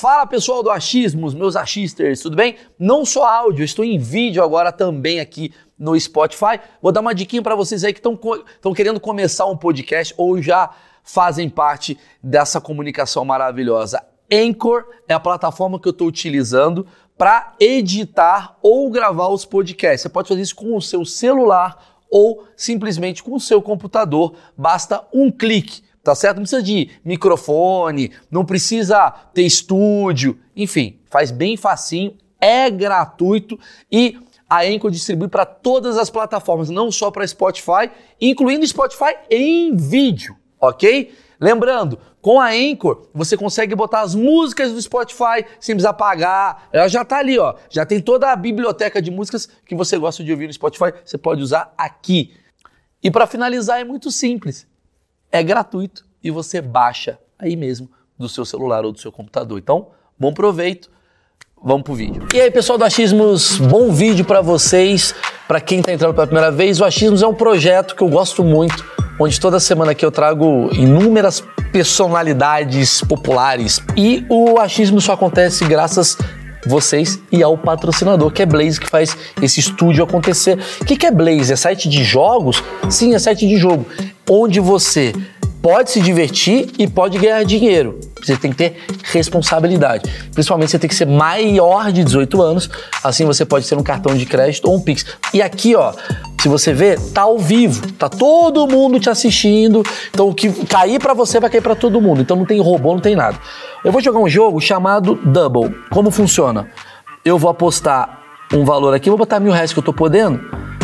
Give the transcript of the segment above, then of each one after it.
Fala pessoal do Achismos, meus achisters, tudo bem? Não só áudio, eu estou em vídeo agora também aqui no Spotify. Vou dar uma diquinha para vocês aí que estão querendo começar um podcast ou já fazem parte dessa comunicação maravilhosa. Anchor é a plataforma que eu estou utilizando para editar ou gravar os podcasts. Você pode fazer isso com o seu celular ou simplesmente com o seu computador. Basta um clique. Tá certo? Não precisa de microfone, não precisa ter estúdio, enfim, faz bem facinho, é gratuito e a Anchor distribui para todas as plataformas, não só para Spotify, incluindo Spotify em vídeo, ok? Lembrando, com a Anchor você consegue botar as músicas do Spotify sem precisar pagar, ela já tá ali, ó, já tem toda a biblioteca de músicas que você gosta de ouvir no Spotify, você pode usar aqui. E para finalizar é muito simples. É gratuito e você baixa aí mesmo do seu celular ou do seu computador. Então, bom proveito, vamos pro vídeo. E aí, pessoal do Achismos, bom vídeo para vocês. Para quem tá entrando pela primeira vez, o Achismos é um projeto que eu gosto muito, onde toda semana aqui eu trago inúmeras personalidades populares. E o Achismos só acontece graças vocês e ao patrocinador, que é Blaze, que faz esse estúdio acontecer. O que é Blaze? É site de jogos? Sim, é site de jogo, onde você pode se divertir e pode ganhar dinheiro. Você tem que ter responsabilidade. Principalmente você tem que ser maior de 18 anos, assim você pode ter um cartão de crédito ou um Pix. E aqui, ó, se você ver, tá ao vivo, tá todo mundo te assistindo, então o que cair pra você vai cair pra todo mundo, então não tem robô, não tem nada. Eu vou jogar um jogo chamado Double. Como funciona? Eu vou apostar um valor aqui, vou botar R$1.000 que eu tô podendo.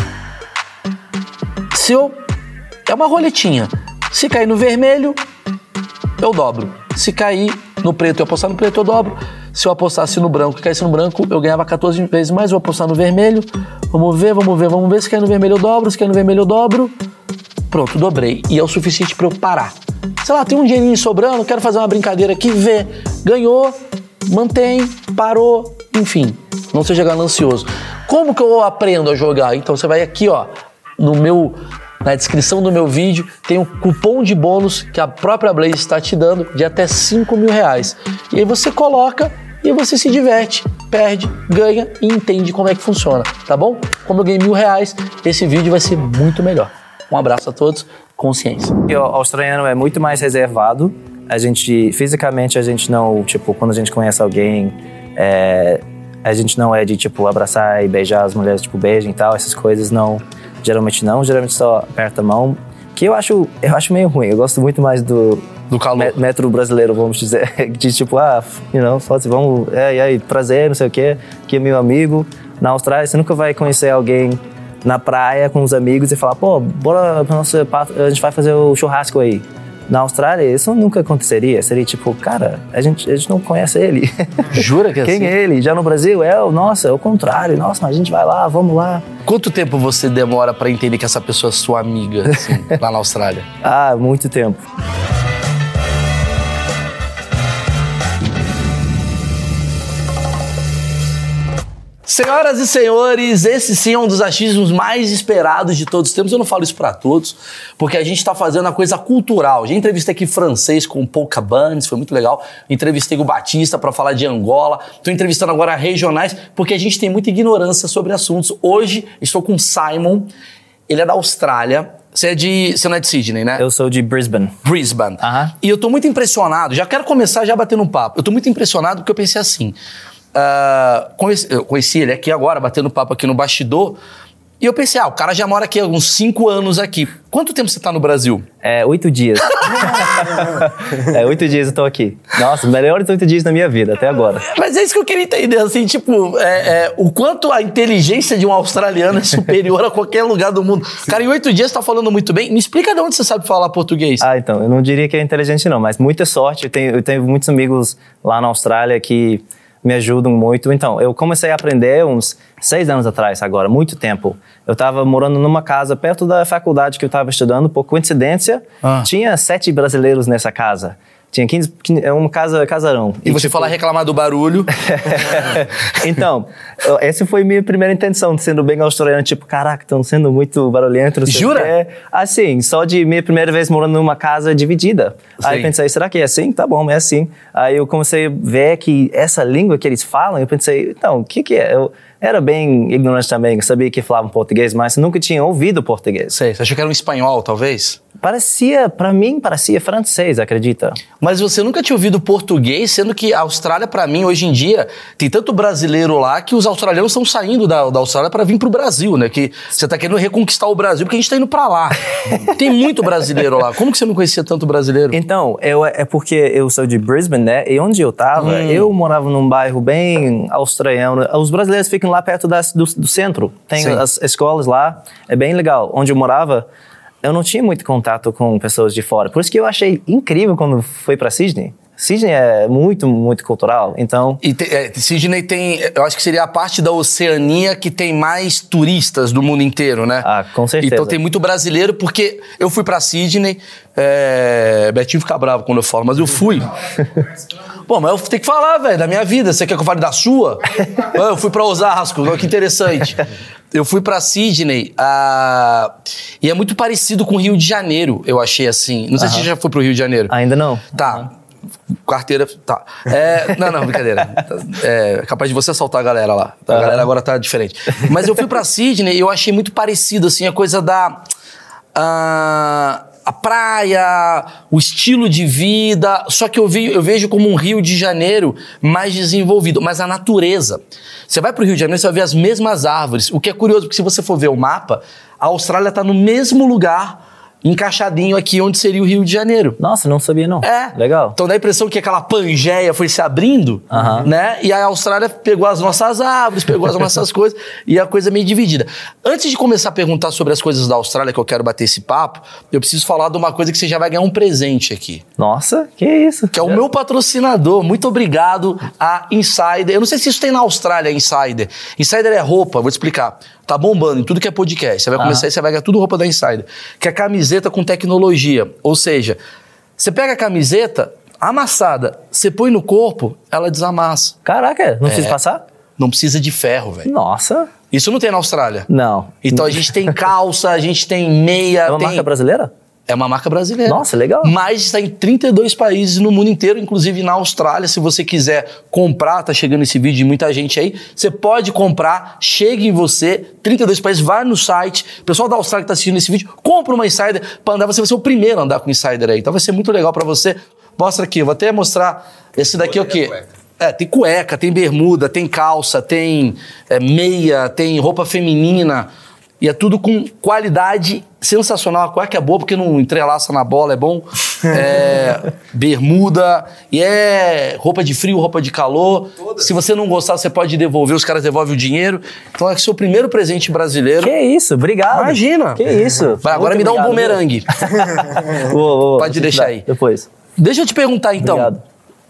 É uma roletinha. Se cair no vermelho, eu dobro. Se cair no preto, eu apostar no preto, eu dobro. Se eu apostasse no branco e caísse no branco, eu ganhava 14 vezes mais. Vou apostar no vermelho. Vamos ver. Se cair no vermelho, eu dobro. Se cair no vermelho, eu dobro. Pronto, dobrei. E é o suficiente para eu parar. Sei lá, tem um dinheirinho sobrando, quero fazer uma brincadeira aqui, vê. Ganhou, mantém, parou, enfim. Não seja ganancioso. Como que eu aprendo a jogar? Então você vai aqui, ó, na descrição do meu vídeo, tem um cupom de bônus que a própria Blaze está te dando de até R$5.000. E aí você coloca e você se diverte, perde, ganha e entende como é que funciona, tá bom? Como eu ganhei R$1.000, esse vídeo vai ser muito melhor. Um abraço a todos, consciência. O australiano é muito mais reservado. Fisicamente, a gente não, tipo, quando a gente conhece alguém, a gente não é de, tipo, abraçar e beijar as mulheres, tipo, beijam e tal, essas coisas não. Geralmente só aperta a mão, que eu acho meio ruim. Eu gosto muito mais do calor. Metro brasileiro, vamos dizer, de tipo, vamos, e aí, prazer, não sei o quê, que é meu amigo. Na Austrália, você nunca vai conhecer alguém na praia com os amigos e falar, pô, bora a gente vai fazer o churrasco aí. Na Austrália, isso nunca aconteceria. Seria tipo, cara, a gente não conhece ele. Jura que é assim? Quem é ele? Já no Brasil, é o contrário. Nossa, mas a gente vai lá, vamos lá. Quanto tempo você demora pra entender que essa pessoa é sua amiga, assim, lá na Austrália? Muito tempo. Senhoras e senhores, esse sim é um dos achismos mais esperados de todos os tempos. Eu não falo isso pra todos, porque a gente tá fazendo a coisa cultural. Já entrevistei aqui francês com o Paul Cabanes, foi muito legal. Entrevistei o Batista pra falar de Angola. Tô entrevistando agora regionais, porque a gente tem muita ignorância sobre assuntos. Hoje estou com o Simon, ele é da Austrália. Você não é de Sydney, né? Eu sou de Brisbane. Brisbane. E eu tô muito impressionado, já quero começar já batendo um papo. Eu tô muito impressionado porque eu pensei assim... eu conheci ele aqui agora, batendo papo aqui no bastidor, e eu pensei, o cara já mora aqui há uns 5 anos aqui. Quanto tempo você tá no Brasil? 8 dias. 8 dias eu tô aqui. Nossa, melhores 8 dias da minha vida, até agora. Mas é isso que eu queria entender, assim, tipo, o quanto a inteligência de um australiano é superior a qualquer lugar do mundo. Cara, em 8 dias você tá falando muito bem. Me explica de onde você sabe falar português. Então, eu não diria que é inteligente não, mas muita sorte. Eu tenho muitos amigos lá na Austrália que me ajudam muito. Então, eu comecei a aprender uns 6 anos atrás, agora, muito tempo. Eu estava morando numa casa perto da faculdade que eu estava estudando, por coincidência, tinha 7 brasileiros nessa casa. Tinha 15, é uma casarão. E você foi lá reclamar do barulho. Então, essa foi minha primeira intenção, sendo bem australiano, tipo, caraca, estão sendo muito barulhento. Jura? Assim, só de minha primeira vez morando numa casa dividida. Sim. Aí eu pensei, será que é assim? Tá bom, é assim. Aí eu comecei a ver que essa língua que eles falam, eu pensei, então, o que é? Eu era bem ignorante também, eu sabia que falavam português, mas nunca tinha ouvido português. Sei, você achou que era um espanhol, talvez? Pra mim, parecia francês, acredita? Mas você nunca tinha ouvido português, sendo que a Austrália, pra mim, hoje em dia, tem tanto brasileiro lá que os australianos estão saindo da Austrália pra vir pro Brasil, né? Que você tá querendo reconquistar o Brasil porque a gente tá indo pra lá. Tem muito brasileiro lá. Como que você não conhecia tanto brasileiro? Então, é porque eu sou de Brisbane, né? E onde eu tava, eu morava num bairro bem australiano. Os brasileiros ficam lá perto do centro. Tem as escolas lá, é bem legal. Onde eu morava, eu não tinha muito contato com pessoas de fora. Por isso que eu achei incrível quando fui para Sydney. Sydney é muito, muito cultural, então... E Sydney tem, eu acho que seria a parte da Oceania que tem mais turistas do mundo inteiro, né? Ah, com certeza. Então tem muito brasileiro, porque eu fui pra Sydney, Betinho fica bravo quando eu falo, mas eu fui. Pô, mas eu tenho que falar, velho, da minha vida. Você quer que eu fale da sua? Eu fui pra Osasco, olha que interessante. Eu fui pra Sydney, e é muito parecido com o Rio de Janeiro, eu achei assim. Não sei se você já foi pro Rio de Janeiro. Ainda não. Tá. Carteira, tá. Não, brincadeira. É capaz de você assaltar a galera lá. A galera agora tá diferente. Mas eu fui pra Sydney e eu achei muito parecido, assim, a coisa da... a praia, o estilo de vida, só que eu vejo como um Rio de Janeiro mais desenvolvido, mas a natureza. Você vai pro Rio de Janeiro, você vai ver as mesmas árvores, o que é curioso, porque se você for ver o mapa, a Austrália tá no mesmo lugar, encaixadinho aqui onde seria o Rio de Janeiro. Nossa, não sabia não. Legal. Então dá a impressão que aquela Pangeia foi se abrindo, né? E a Austrália pegou as nossas árvores, pegou as nossas coisas, e a coisa é meio dividida. Antes de começar a perguntar sobre as coisas da Austrália, que eu quero bater esse papo, eu preciso falar de uma coisa que você já vai ganhar um presente aqui. Nossa, que isso? Que é o meu patrocinador. Muito obrigado a Insider. Eu não sei se isso tem na Austrália, Insider. Insider é roupa, vou te explicar. Tá bombando em tudo que é podcast. Você vai começar e você vai ganhar tudo roupa da Insider. Que é camiseta com tecnologia. Ou seja, você pega a camiseta amassada, você põe no corpo, ela desamassa. Caraca, não precisa passar? Não precisa de ferro, velho. Nossa. Isso não tem na Austrália? Não. Então a gente tem calça, a gente tem meia. É uma marca brasileira? É uma marca brasileira. Nossa, legal. Mas está em 32 países no mundo inteiro, inclusive na Austrália. Se você quiser comprar, tá chegando esse vídeo de muita gente aí, você pode comprar, chega em você, 32 países, vai no site. O pessoal da Austrália que tá assistindo esse vídeo, compra uma Insider para andar, você vai ser o primeiro a andar com Insider aí. Então vai ser muito legal para você. Mostra aqui, eu vou até mostrar. Esse daqui é o quê? Tem cueca, tem bermuda, tem calça, tem meia, tem roupa feminina. E é tudo com qualidade sensacional. A cueca é boa porque não entrelaça na bola, é bom. Bermuda, e roupa de frio, roupa de calor. Todas. Se você não gostar, você pode devolver, os caras devolvem o dinheiro. Então é o seu primeiro presente brasileiro. Que isso, obrigado. Imagina. Que isso. Vai, agora me dá um bumerangue. Pode deixar aí. Depois. Deixa eu te perguntar então. Obrigado.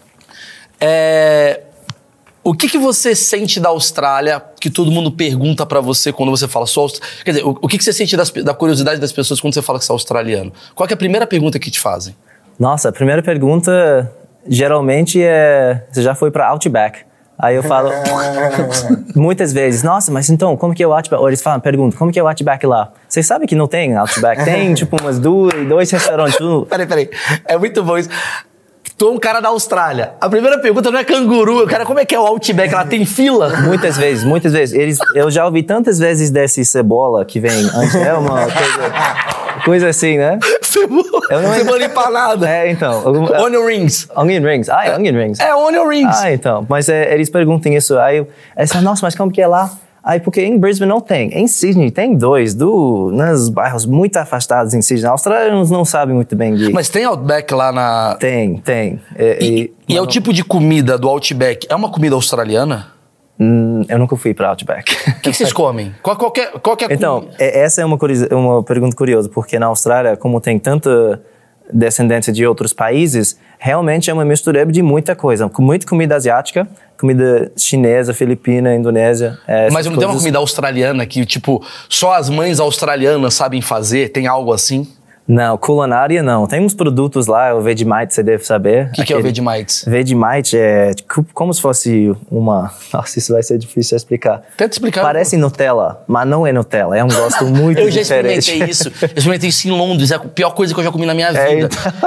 O que você sente da Austrália que todo mundo pergunta pra você quando você fala sou australiano? Quer dizer, o que você sente da curiosidade das pessoas quando você fala que você é australiano? Qual que é a primeira pergunta que te fazem? Nossa, a primeira pergunta geralmente é: você já foi pra Outback? Aí eu falo muitas vezes, nossa, mas então, como que é o Outback? Ou eles perguntam, como que é o Outback lá? Vocês sabem que não tem Outback? Tem tipo umas dois restaurantes. Peraí. É muito bom isso. Tu é um cara da Austrália. A primeira pergunta não é canguru. Cara, como é que é o Outback? Ela tem fila? Muitas vezes. Eu já ouvi tantas vezes desse cebola que vem antes. É uma coisa assim, né? Cebola empanada. Então. Onion rings. Onion rings. Onion rings. Onion rings. Então. Mas eles perguntam isso. Aí eu nossa, mas como que é lá? Aí, porque em Brisbane não tem. Em Sydney tem dois, nos bairros muito afastados em Sydney. Australianos não sabem muito bem de... Mas tem Outback lá na... Tem. E é o tipo de comida do Outback, é uma comida australiana? Eu nunca fui para Outback. O que vocês comem? Qual que é a Então, essa é uma pergunta curiosa, porque na Austrália, como tem tanta descendência de outros países, realmente é uma mistura de muita coisa. Muita comida asiática, comida chinesa, filipina, indonésia. Mas não tem uma comida australiana que, tipo, só as mães australianas sabem fazer? Tem algo assim? Não, culinária não. Tem uns produtos lá, o Vegemite, você deve saber. O que é o Vegemite? Vegemite é como se fosse uma... Nossa, isso vai ser difícil de explicar. Tenta explicar. Parece Nutella, mas não é Nutella. É um gosto muito eu já diferente. experimentei isso. Eu experimentei isso em Londres. É a pior coisa que eu já comi na minha vida.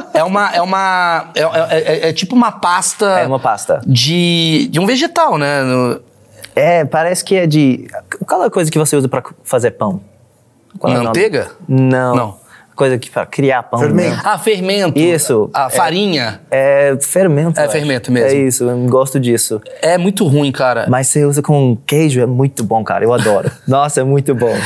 É tipo uma pasta... É uma pasta. De um vegetal, né? Parece que é de... Qual é a coisa que você usa pra fazer pão? Manteiga? Não. Coisa que para criar pão. Fermento. Fermento. Isso. A farinha. É fermento. É fermento mesmo. É isso, eu gosto disso. É muito ruim, cara. Mas você usa com queijo, é muito bom, cara. Eu adoro. Nossa, é muito bom.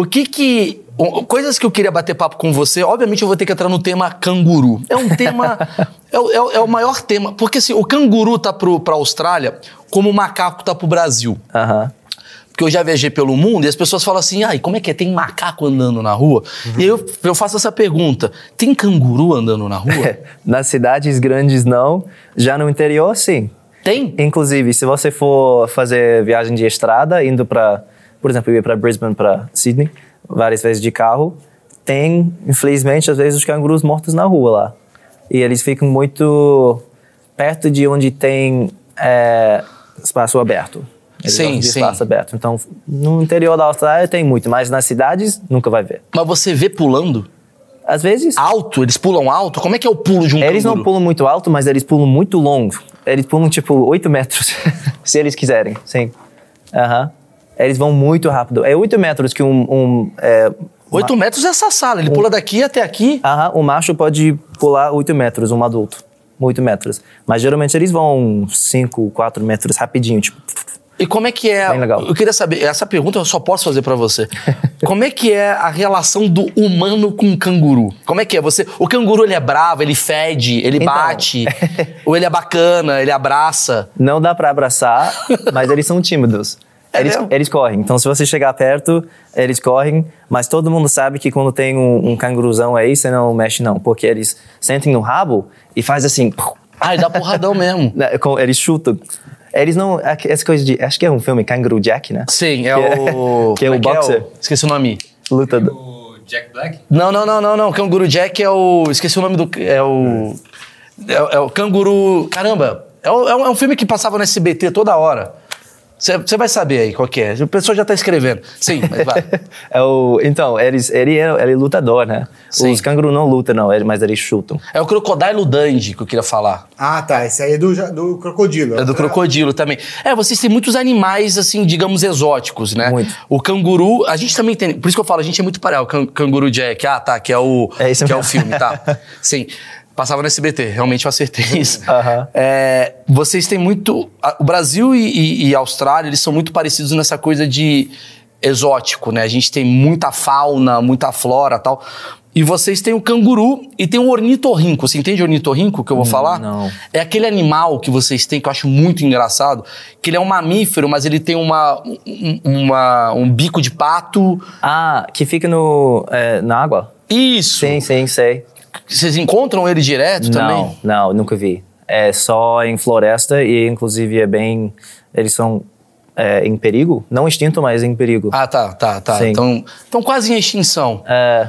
Coisas que eu queria bater papo com você, obviamente eu vou ter que entrar no tema canguru. É um tema... é o maior tema. Porque assim, o canguru tá pra Austrália como o macaco tá pro Brasil. Porque eu já viajei pelo mundo e as pessoas falam assim, como é que é? Tem macaco andando na rua? E aí eu faço essa pergunta, tem canguru andando na rua? Nas cidades grandes não, já no interior sim. Tem? Inclusive, se você for fazer viagem de estrada, indo para, por exemplo, ir para Brisbane, para Sydney, várias vezes de carro, tem, infelizmente, às vezes os cangurus mortos na rua lá. E eles ficam muito perto de onde tem espaço aberto. Sim. Espaço aberto. Então, no interior da Austrália tem muito, mas nas cidades nunca vai ver. Mas você vê pulando? Às vezes. Alto? Eles pulam alto? Como é que é o pulo de um canguru? Eles não pulam muito alto, mas eles pulam muito longo. Eles pulam tipo 8 metros, se eles quiserem, sim. Eles vão muito rápido. É 8 metros que 8 metros é essa sala, ele pula daqui até aqui? O macho pode pular 8 metros, um adulto. 8 metros. Mas geralmente eles vão 5, 4 metros rapidinho, tipo... E como é que é... Bem legal. Eu queria saber, essa pergunta eu só posso fazer pra você. Como é que é a relação do humano com o canguru? Como é que é? O canguru, ele é bravo, ele fede, ele bate, ou ele é bacana, ele abraça? Não dá pra abraçar, mas eles são tímidos. Eles correm. Então, se você chegar perto, eles correm, mas todo mundo sabe que quando tem um canguruzão aí, você não mexe não, porque eles sentem no rabo e faz assim... E dá porradão mesmo. Eles chutam. Eles não... Essa coisa de... Acho que é um filme, Kangaroo Jack, né? Sim, o... Que é o boxer. Esqueci o nome. Lutador. O Jack Black? Não. Kangaroo Jack é o... Esqueci o nome do... É o Canguru... Caramba. É um filme que passava no SBT toda hora. Você vai saber aí qual que é. O pessoal já tá escrevendo. Sim, mas vai. Então, ele é lutador, né? Sim. Os cangurus não lutam, não, mas eles chutam. É o Crocodile Dundee que eu queria falar. Tá. Esse aí é do crocodilo. É do crocodilo também. Vocês têm muitos animais, assim, digamos, exóticos, né? Muito. O canguru, a gente também tem... Por isso que eu falo, a gente é muito parecido. O Canguru Jack, que é o... isso que mesmo. é o filme, tá? Sim. Passava no SBT, realmente eu acertei isso. Uhum. Vocês têm muito... O Brasil e a Austrália, eles são muito parecidos nessa coisa de exótico, né? A gente tem muita fauna, muita flora e tal. E vocês têm o canguru e tem o ornitorrinco. Você entende o ornitorrinco que eu vou falar? Não. É aquele animal que vocês têm, que eu acho muito engraçado, que ele é um mamífero, mas ele tem um bico de pato. Que fica na água? Isso! Sim, sei. Vocês encontram ele direto também? Não, nunca vi. É só em floresta e, inclusive, eles são em perigo. Não extinto, mas em perigo. Tá. Sim. Então quase em extinção.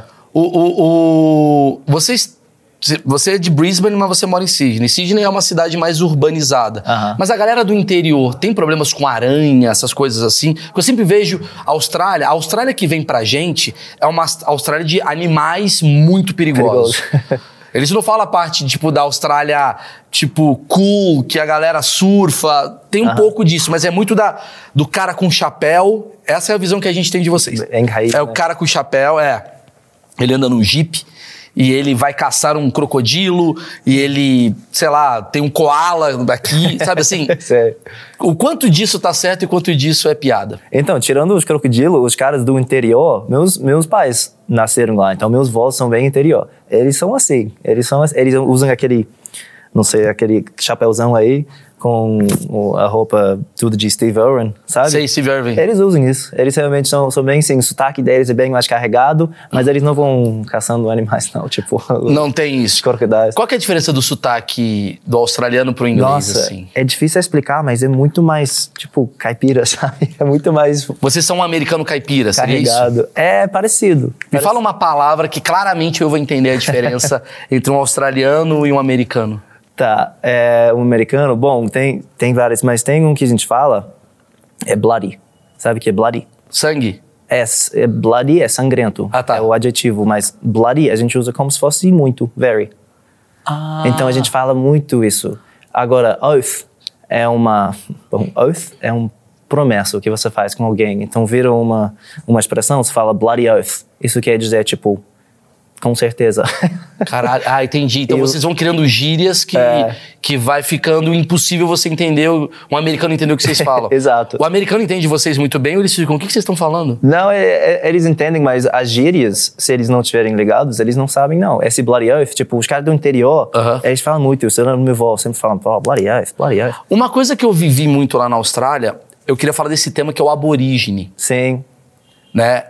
Você é de Brisbane, mas você mora em Sydney. Sydney é uma cidade mais urbanizada. Mas a galera do interior tem problemas com aranha, essas coisas assim? Porque eu sempre vejo a Austrália que vem pra gente é uma Austrália de animais muito perigosos. Eles não falam a parte, tipo, da Austrália, tipo, cool, que a galera surfa. Tem um pouco disso, mas é muito do cara com chapéu. Essa é a visão que a gente tem de vocês. O cara com chapéu, ele anda num jeep. E ele vai caçar um crocodilo, e ele, sei lá, tem um koala daqui, sabe assim? Sério. O quanto disso tá certo e quanto disso é piada? Então, tirando os crocodilos, os caras do interior, meus pais nasceram lá, então meus avós são bem interior. Eles são assim, eles usam aquele chapéuzão aí, a roupa tudo de Steve Irwin, sabe? Sei, Steve Irwin. Eles usam isso. Eles realmente são bem assim, o sotaque deles é bem mais carregado, mas eles não vão caçando animais, não. Tipo, não tem isso. Crocodiles. Qual que é a diferença do sotaque do australiano pro inglês, Nossa, assim? é difícil explicar, mas é muito mais, tipo, caipira, sabe? É muito mais Vocês são um americano caipira, seria isso? carregado. É parecido. Me fala uma palavra que claramente eu vou entender a diferença entre um australiano e um americano. Tá, um americano, bom, tem vários, mas tem um que a gente fala, é bloody. Sabe o que é bloody? Sangue? Bloody é sangrento, tá. é o adjetivo, mas bloody a gente usa como se fosse muito, very. Então a gente fala muito isso. Agora, oath é um promessa que você faz com alguém. Então vira uma expressão, você fala bloody oath. Isso quer dizer, tipo, com certeza. Caralho, entendi. Então vocês vão criando gírias que vai ficando impossível você entender, um americano entender o que vocês falam. Exato. O americano entende vocês muito bem ou eles ficam, o que vocês estão falando? Não, eles entendem, mas as gírias, se eles não estiverem ligados, eles não sabem, não. Esse bloody oath, tipo, os caras do interior, eles falam muito isso. Eu lembro meu avô sempre falando, bloody oath, bloody oath. Uma coisa que eu vivi muito lá na Austrália, eu queria falar desse tema que é o aborígene. Sim. Né?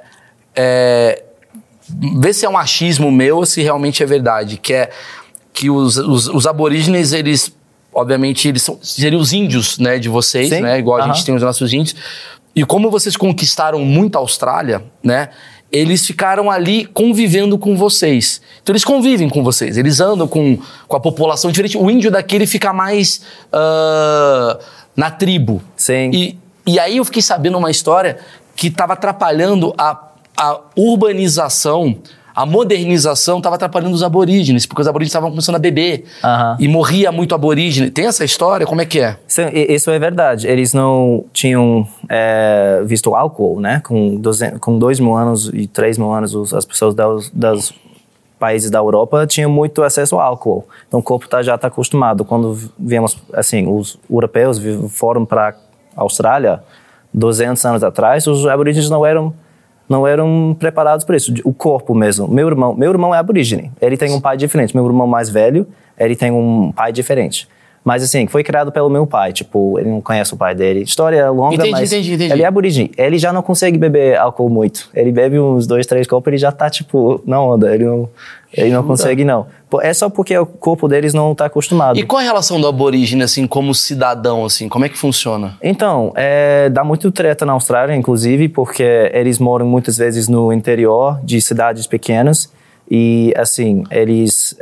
Vê se é um achismo meu ou se realmente é verdade, que é que os aborígenes, eles, obviamente, seriam os índios, né, de vocês, Sim. né, igual a gente tem os nossos índios, e como vocês conquistaram muito a Austrália, né, eles ficaram ali convivendo com vocês. Então eles convivem com vocês, eles andam com a população diferente. O índio daqui, ele fica mais na tribo. Sim. E aí eu fiquei sabendo uma história que estava atrapalhando a urbanização, a modernização estava atrapalhando os aborígenes, porque os aborígenes estavam começando a beber e morria muito aborígene. Tem essa história? Como é que é? Sim, isso é verdade. Eles não tinham visto álcool, né? Com 2.000 anos e 3.000 anos, as pessoas dos países da Europa tinham muito acesso ao álcool. Então o corpo já está acostumado. Quando viemos, assim, os europeus foram para a Austrália 200 anos atrás, os aborígenes não eram preparados para isso. O corpo mesmo. Meu irmão é aborígene. Ele tem um pai diferente. Meu irmão mais velho, ele tem um pai diferente. Mas assim, foi criado pelo meu pai. Tipo, ele não conhece o pai dele. História longa, entendi. Ele é aborígene. Ele já não consegue beber álcool muito. Ele bebe uns 2, 3 copos, ele já tá, tipo, na onda. Ele não consegue, não. É só porque o corpo deles não tá acostumado. E qual a relação do aborígene, assim, como cidadão, assim? Como é que funciona? Então, dá muito treta na Austrália, inclusive, porque eles moram muitas vezes no interior de cidades pequenas e, assim, eles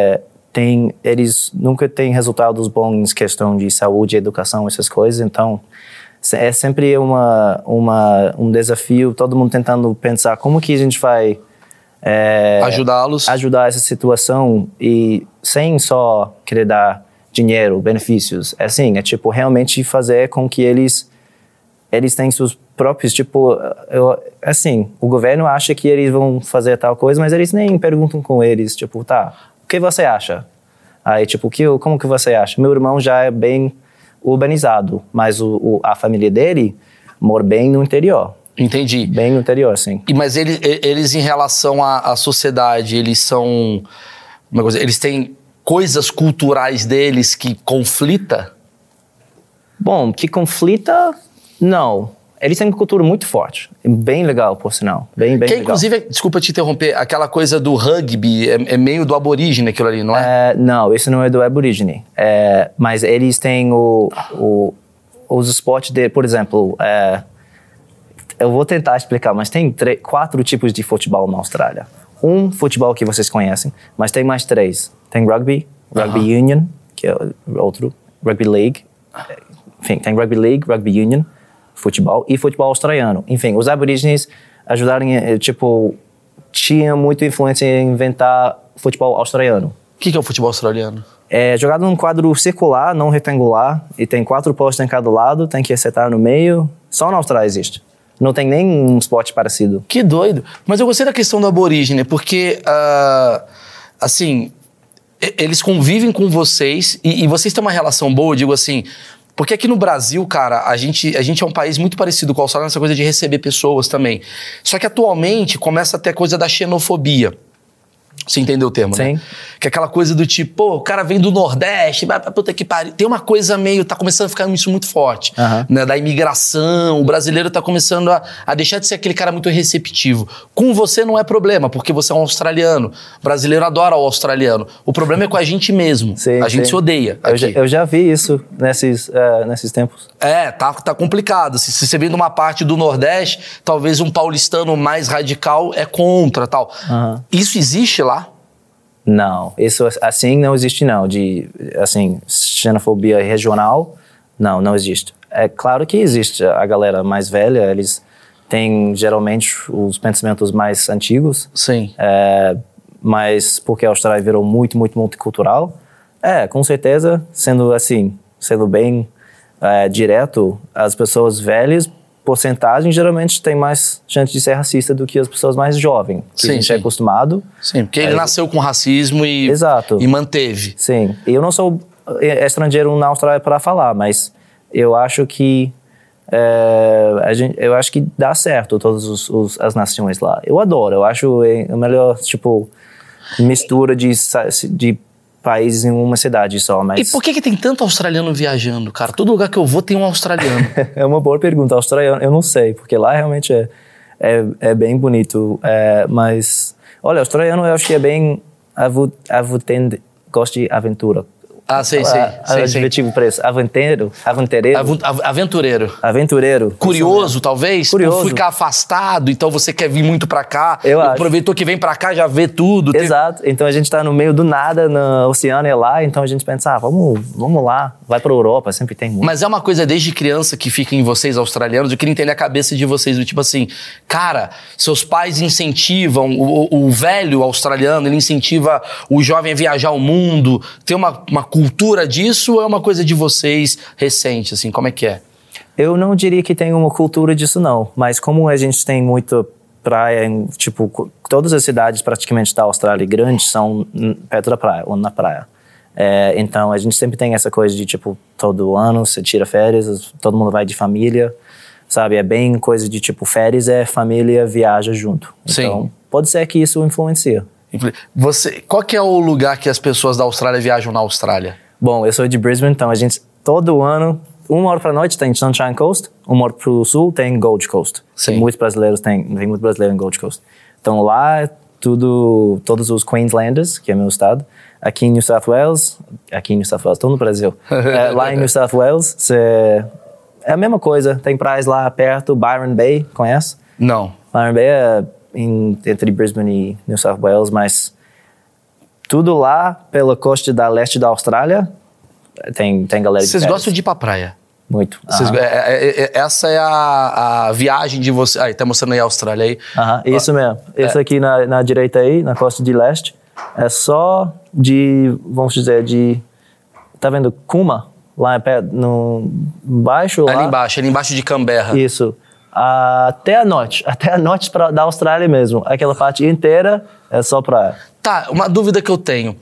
nunca têm resultados bons em questão de saúde, educação, essas coisas. Então, é sempre um desafio, todo mundo tentando pensar como que a gente vai ajudar essa situação e sem só querer dar dinheiro, benefícios. É tipo realmente fazer com que eles tenham seus próprios, tipo, o governo acha que eles vão fazer tal coisa, mas eles nem perguntam com eles, tipo, tá, o que você acha? Aí, tipo, como que você acha? Meu irmão já é bem urbanizado, mas a família dele mora bem no interior. Entendi. Bem no interior, sim. Mas eles em relação à sociedade, eles são... Eles têm coisas culturais deles que conflita? Bom, que conflita, não. Eles têm uma cultura muito forte. Bem legal, por sinal. Bem legal. Inclusive, desculpa te interromper, aquela coisa do rugby é meio do aborígene aquilo ali, não é? Não, isso não é do aborígene. Mas eles têm os esportes de, por exemplo... eu vou tentar explicar, mas tem 4 tipos de futebol na Austrália. Um futebol que vocês conhecem, mas tem mais 3. Tem rugby union, que é outro, rugby league. Enfim, tem rugby league, rugby union, futebol e futebol australiano. Enfim, os aborígenes ajudaram, tinha muita influência em inventar futebol australiano. O que é o futebol australiano? É jogado num quadro circular, não retangular, e tem 4 postos em cada lado, tem que acertar no meio. Só na Austrália existe. Não tem nem um esporte parecido. Que doido. Mas eu gostei da questão do aborígene, porque, assim, eles convivem com vocês e vocês têm uma relação boa, eu digo assim, porque aqui no Brasil, cara, a gente é um país muito parecido com a Austrália nessa coisa de receber pessoas também. Só que atualmente começa a ter a coisa da xenofobia. Você entendeu o termo, Sim. né? Que é aquela coisa do tipo, pô, o cara vem do Nordeste, vai pra puta que pariu. Tem uma coisa meio, tá começando a ficar isso muito forte, né? Da imigração, o brasileiro tá começando a deixar de ser aquele cara muito receptivo. Com você não é problema, porque você é um australiano. O brasileiro adora o australiano. O problema é com a gente mesmo. Sim, a gente se odeia. Eu já vi isso nesses tempos. Tá complicado. Se você vem de uma parte do Nordeste, talvez um paulistano mais radical é contra, tal. Isso existe lá? Não, isso assim não existe não, xenofobia regional, não existe. É claro que existe, a galera mais velha, eles têm geralmente os pensamentos mais antigos. Sim. Mas porque a Austrália virou muito, muito multicultural, com certeza, sendo bem direto, as pessoas velhas, porcentagem, geralmente tem mais chance de ser racista do que as pessoas mais jovens, que a gente é acostumado. Sim, porque ele nasceu com racismo e manteve. Sim, e eu não sou estrangeiro na Austrália para falar, mas eu acho que eu acho que dá certo todas as nações lá. Eu adoro, eu acho a melhor, mistura de países em uma cidade só, mas... E por que tem tanto australiano viajando, cara? Todo lugar que eu vou tem um australiano. É uma boa pergunta. Australiano, eu não sei, porque lá realmente é bem bonito. Mas, olha, australiano eu acho que é bem gosto de aventura. Sei. Adjetivo para isso. Aventureiro. Aventureiro. Curioso, talvez? Curioso. Por ficar afastado, então você quer vir muito pra cá. Eu acho. Aproveitou que vem pra cá, já vê tudo. Exato. Então a gente tá no meio do nada, no oceano e lá, então a gente pensa, vamos lá, vai pra Europa, sempre tem muito. Mas é uma coisa desde criança que fica em vocês, australianos, eu queria entender a cabeça de vocês, do tipo assim, cara, seus pais incentivam, o velho australiano, ele incentiva o jovem a viajar o mundo, tem uma cultura disso ou é uma coisa de vocês recente, assim, como é que é? Eu não diria que tem uma cultura disso não, mas como a gente tem muita praia, todas as cidades praticamente da Austrália grandes são perto da praia, ou na praia. Então a gente sempre tem essa coisa de todo ano você tira férias, todo mundo vai de família, sabe? É bem coisa de férias família viaja junto. Sim. Então pode ser que isso influencia. Qual que é o lugar que as pessoas da Austrália viajam na Austrália? Bom, eu sou de Brisbane, então a gente todo ano, uma hora para noite tem Sunshine Coast, uma hora para o sul tem Gold Coast. Sim. Tem muito brasileiro em Gold Coast. Então lá todos os Queenslanders, que é meu estado, aqui em New South Wales, estou no Brasil. Lá em New South Wales, é a mesma coisa, tem praias lá perto, Byron Bay, conhece? Não. Byron Bay é entre Brisbane e New South Wales, mas tudo lá pela costa da leste da Austrália tem galera de Vocês gostam de ir pra praia? Muito. Essa é a viagem de você. Tá mostrando aí a Austrália aí. Isso mesmo. Esse aqui na direita aí, na costa de leste, é só vamos dizer, tá vendo Kuma? Lá embaixo lá. Ali embaixo de Canberra. Isso. Até a norte da Austrália mesmo. Aquela parte inteira é só praia. Tá, uma dúvida que eu tenho.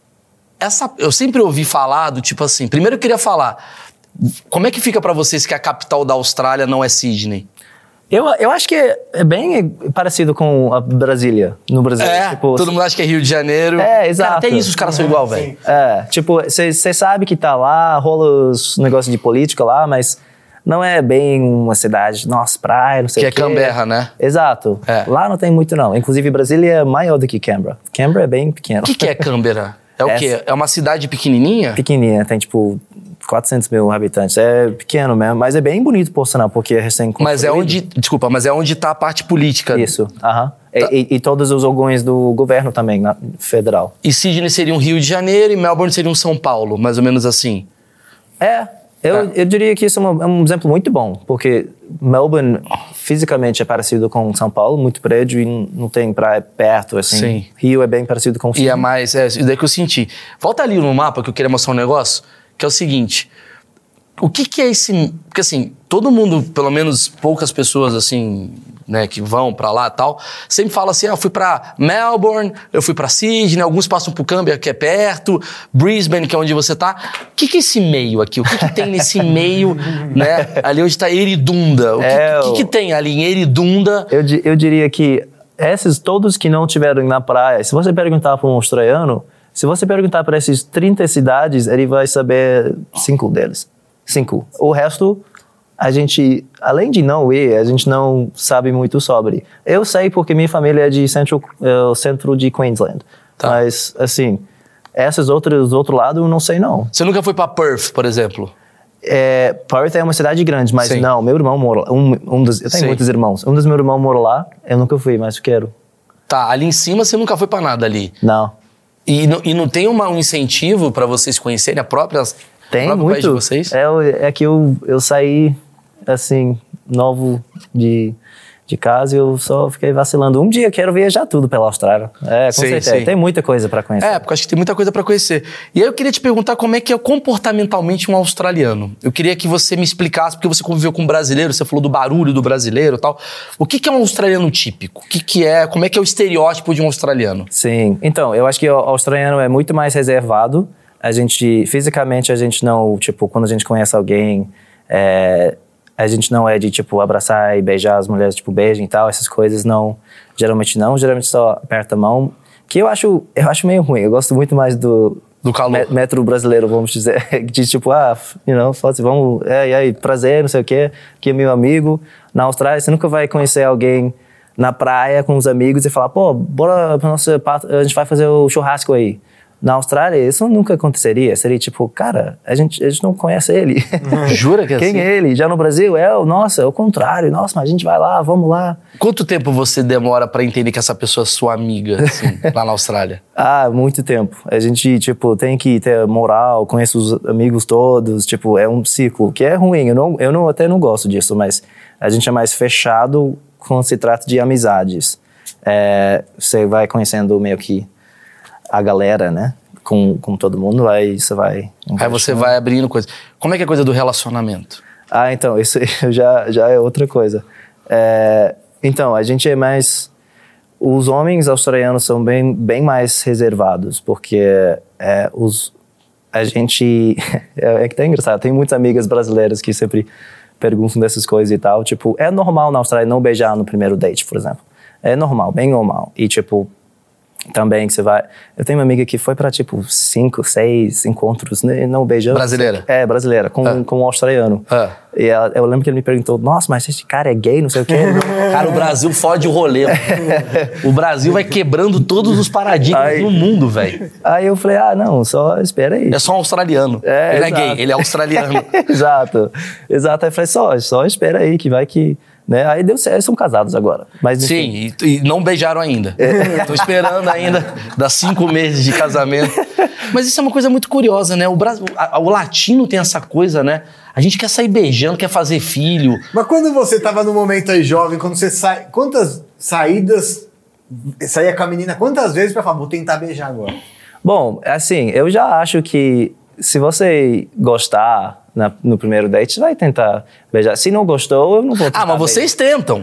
Eu sempre ouvi falar do tipo assim, primeiro eu queria falar, como é que fica pra vocês que a capital da Austrália não é Sydney? Eu acho que é bem parecido com a Brasília, no Brasil. Todo mundo acha que é Rio de Janeiro. Exato. Cara, até isso os caras são igual, velho. Você sabe que tá lá, rola os negócios de política lá, mas não é bem uma cidade, nossa, praia, não sei o quê. Que é Canberra, né? Exato. Lá não tem muito, não. Inclusive, Brasília é maior do que Canberra. Canberra é bem pequeno. O que é Canberra? É o quê? É uma cidade pequenininha? Pequenininha, tem 400 mil habitantes. É pequeno mesmo, mas é bem bonito, por sinal, porque é recém-construído. Mas é onde tá a parte política. Isso, E todos os órgãos do governo também, federal. E Sydney seria um Rio de Janeiro e Melbourne seria um São Paulo, mais ou menos assim. Eu diria que isso é um exemplo muito bom, porque Melbourne fisicamente é parecido com São Paulo, muito prédio e não tem praia perto, assim. Sim. Rio é bem parecido com Sydney. E é mais, isso daí que eu senti. Volta ali no mapa que eu queria mostrar um negócio, que é o seguinte, o que é esse... Porque assim, todo mundo, pelo menos poucas pessoas assim, né, que vão pra lá e tal, sempre fala assim, eu fui pra Melbourne, eu fui pra Sydney, alguns passam pro Canberra, que é perto, Brisbane, que é onde você tá. O que é esse meio aqui? O que tem nesse meio, né? Ali onde tá Eridunda. O que tem ali em Eridunda? Eu diria que esses todos que não tiveram na praia, se você perguntar para um australiano, se você perguntar para esses 30 cidades, ele vai saber 5 deles. 5. O resto, a gente, além de não ir, a gente não sabe muito sobre. Eu sei porque minha família é de centro de Queensland. Tá. Mas, assim, esses outros do outro lado, eu não sei não. Você nunca foi para Perth, por exemplo? Perth é uma cidade grande, mas Sim. não, meu irmão mora lá. Eu tenho muitos irmãos. Um dos meus irmãos mora lá, eu nunca fui, mas eu quero. Tá, ali em cima você nunca foi para nada ali? Não. E não tem um incentivo para vocês conhecerem o próprio país de vocês? É que eu saí, assim, novo de casa e eu só fiquei vacilando. Um dia eu quero viajar tudo pela Austrália. Com certeza. Sim. Tem muita coisa para conhecer. Porque acho que tem muita coisa para conhecer. E aí eu queria te perguntar como é que é comportamentalmente um australiano. Eu queria que você me explicasse, porque você conviveu com um brasileiro, você falou do barulho do brasileiro e tal. O que é um australiano típico? Como é que é o estereótipo de um australiano? Sim. Então, eu acho que o australiano é muito mais reservado. Fisicamente, a gente não, tipo, quando a gente conhece alguém, a gente não é de, tipo, abraçar e beijar as mulheres, tipo, beijam e tal, essas coisas não. Geralmente só aperta a mão, que eu acho meio ruim. Eu gosto muito mais do calor. Método brasileiro, vamos dizer, de tipo, só assim, vamos, e aí, prazer, não sei o quê, que é meu amigo. Na Austrália, você nunca vai conhecer alguém na praia com os amigos e falar, pô, bora a gente vai fazer o churrasco aí. Na Austrália, isso nunca aconteceria. Seria tipo, cara, a gente não conhece ele. Jura que é assim? Quem é ele? Já no Brasil, é o contrário. Nossa, mas a gente vai lá, vamos lá. Quanto tempo você demora pra entender que essa pessoa é sua amiga, assim, lá na Austrália? Muito tempo. A gente, tipo, tem que ter moral, conhece os amigos todos, tipo, é um ciclo, que é ruim. Eu até não gosto disso, mas a gente é mais fechado quando se trata de amizades. Você vai conhecendo meio que a galera, né? Com todo mundo, aí você vai... Aí você vai abrindo coisa. Como é que é a coisa do relacionamento? Então, isso já é outra coisa. Então, a gente é mais... Os homens australianos são bem mais reservados, porque a gente... É que tá engraçado, tem muitas amigas brasileiras que sempre perguntam dessas coisas e tal. Tipo, é normal na Austrália não beijar no primeiro date, por exemplo. É normal, bem normal. E, tipo... Também que você vai... Eu tenho uma amiga que foi pra, tipo, 5, 6 encontros, né, não beijando. Brasileira? Brasileira, com um australiano. E eu lembro que ele me perguntou, nossa, mas esse cara é gay, não sei o quê. Cara, o Brasil fode o rolê. O Brasil vai quebrando todos os paradigmas do mundo, velho. Aí eu falei, não, só espera aí. É só um australiano. Ele não é gay, ele é australiano. Exato. Aí eu falei, só espera aí, que vai que... Né? Aí deu certo, eles são casados agora. Mas, sim, e não beijaram ainda. Tô esperando ainda, dá 5 meses de casamento. Mas isso é uma coisa muito curiosa, né? O latino tem essa coisa, né? A gente quer sair beijando, quer fazer filho. Mas quando você tava no momento aí jovem, quando você sai, quantas saídas saía com a menina, quantas vezes pra falar, vou tentar beijar agora? Bom, assim, eu já acho que se você gostar no primeiro date, você vai tentar beijar. Se não gostou, eu não vou tentar mas vocês tentam.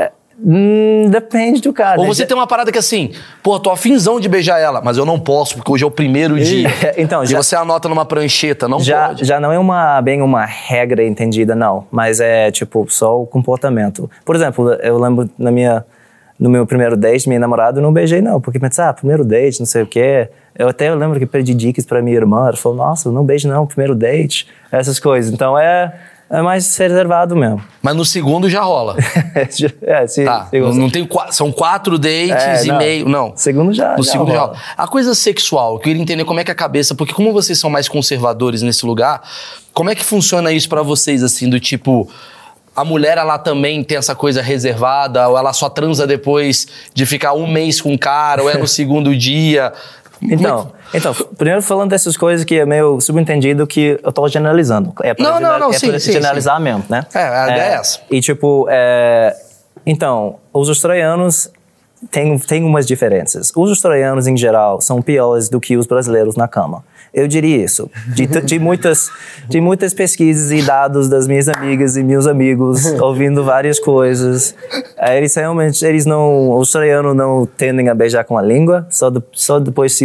Depende do cara. Ou você tem uma parada que assim, pô, tô afinzão de beijar ela, mas eu não posso, porque hoje é o primeiro dia. Então, e você anota numa prancheta, não pode. Já não é bem uma regra entendida, não. Mas é, tipo, só o comportamento. Por exemplo, eu lembro no meu primeiro date, minha namorada, eu não beijei, não. Porque pensei, primeiro date, não sei o quê. Eu lembro que perdi dicas pra minha irmã. Ela falou, nossa, não beijo não, primeiro date. Essas coisas. Então é mais reservado mesmo. Mas no segundo já rola. Sim. Tá, não tem são 4 dates e meio, não. Segundo já. No segundo já rola. A coisa sexual, eu queria entender como é que a cabeça, porque como vocês são mais conservadores nesse lugar, como é que funciona isso pra vocês, assim, do tipo... A mulher, ela também tem essa coisa reservada, ou ela só transa depois de ficar 1 mês com o cara, ou é no segundo dia... Então, primeiro falando dessas coisas que é meio subentendido que eu tô generalizando. Pra generalizar mesmo, né? A ideia é essa. E tipo, então, os australianos têm umas diferenças. Os australianos, em geral, são piores do que os brasileiros na cama. Eu diria isso. De muitas pesquisas e dados das minhas amigas e meus amigos, ouvindo várias coisas. Os australianos não tendem a beijar com a língua, só depois se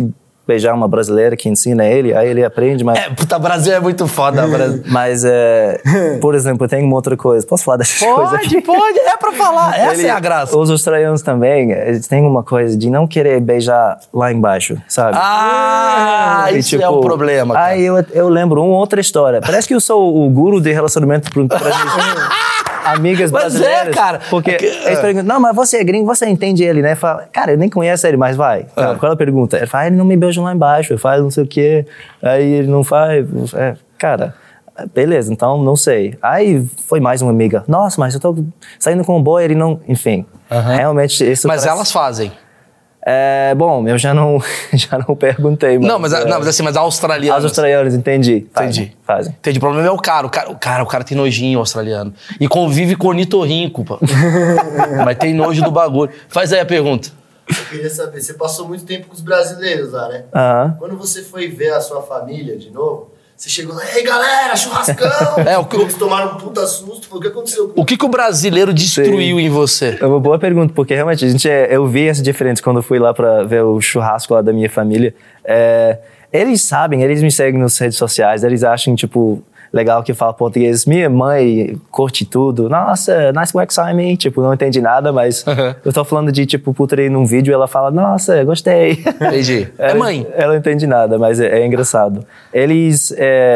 beijar uma brasileira que ensina ele, aí ele aprende, mas... Puta, Brasil é muito foda. Mas, por exemplo, tem uma outra coisa. Posso falar dessas coisas aqui? Pode, é pra falar. Essa é a graça. Os australianos também, eles têm uma coisa de não querer beijar lá embaixo, sabe? Isso é um problema, cara. Aí eu lembro uma outra história. Parece que eu sou o guru de relacionamento para amigas brasileiras. Mas cara. Porque eles perguntam, não, mas você é gringo, você entende ele, né? Fala, cara, eu nem conheço ele, mas vai. Qual é a pergunta? Ele fala, ele não me beija lá embaixo, ele faz não sei o quê. Aí ele não faz. Cara, beleza, então não sei. Aí foi mais uma amiga. Nossa, mas eu tô saindo com um boy, ele não... Enfim, realmente isso Mas elas fazem. Bom, eu já não perguntei. Mas, mas australianos. As australianas, entendi. Fazem. Entendi. O problema é o cara. O cara tem nojinho australiano. E convive com ornitorrinco, pô. Mas tem nojo do bagulho. Faz aí a pergunta. Eu queria saber, você passou muito tempo com os brasileiros lá, né? Quando você foi ver a sua família de novo, você chegou lá, ei galera, churrascão! Eles tomaram um puta susto, o que aconteceu? O que o brasileiro destruiu em você? É uma boa pergunta, porque realmente eu vi essa diferença quando eu fui lá pra ver o churrasco lá da minha família. Eles sabem, eles me seguem nas redes sociais, eles acham, tipo, legal que eu falo português. Minha mãe curte tudo. Nossa, nice work, Simon. Tipo, não entendi nada, mas eu tô falando de, tipo, putaria num vídeo e ela fala, nossa, gostei. Entendi. Mãe. Ela não entende nada, mas é engraçado. Eles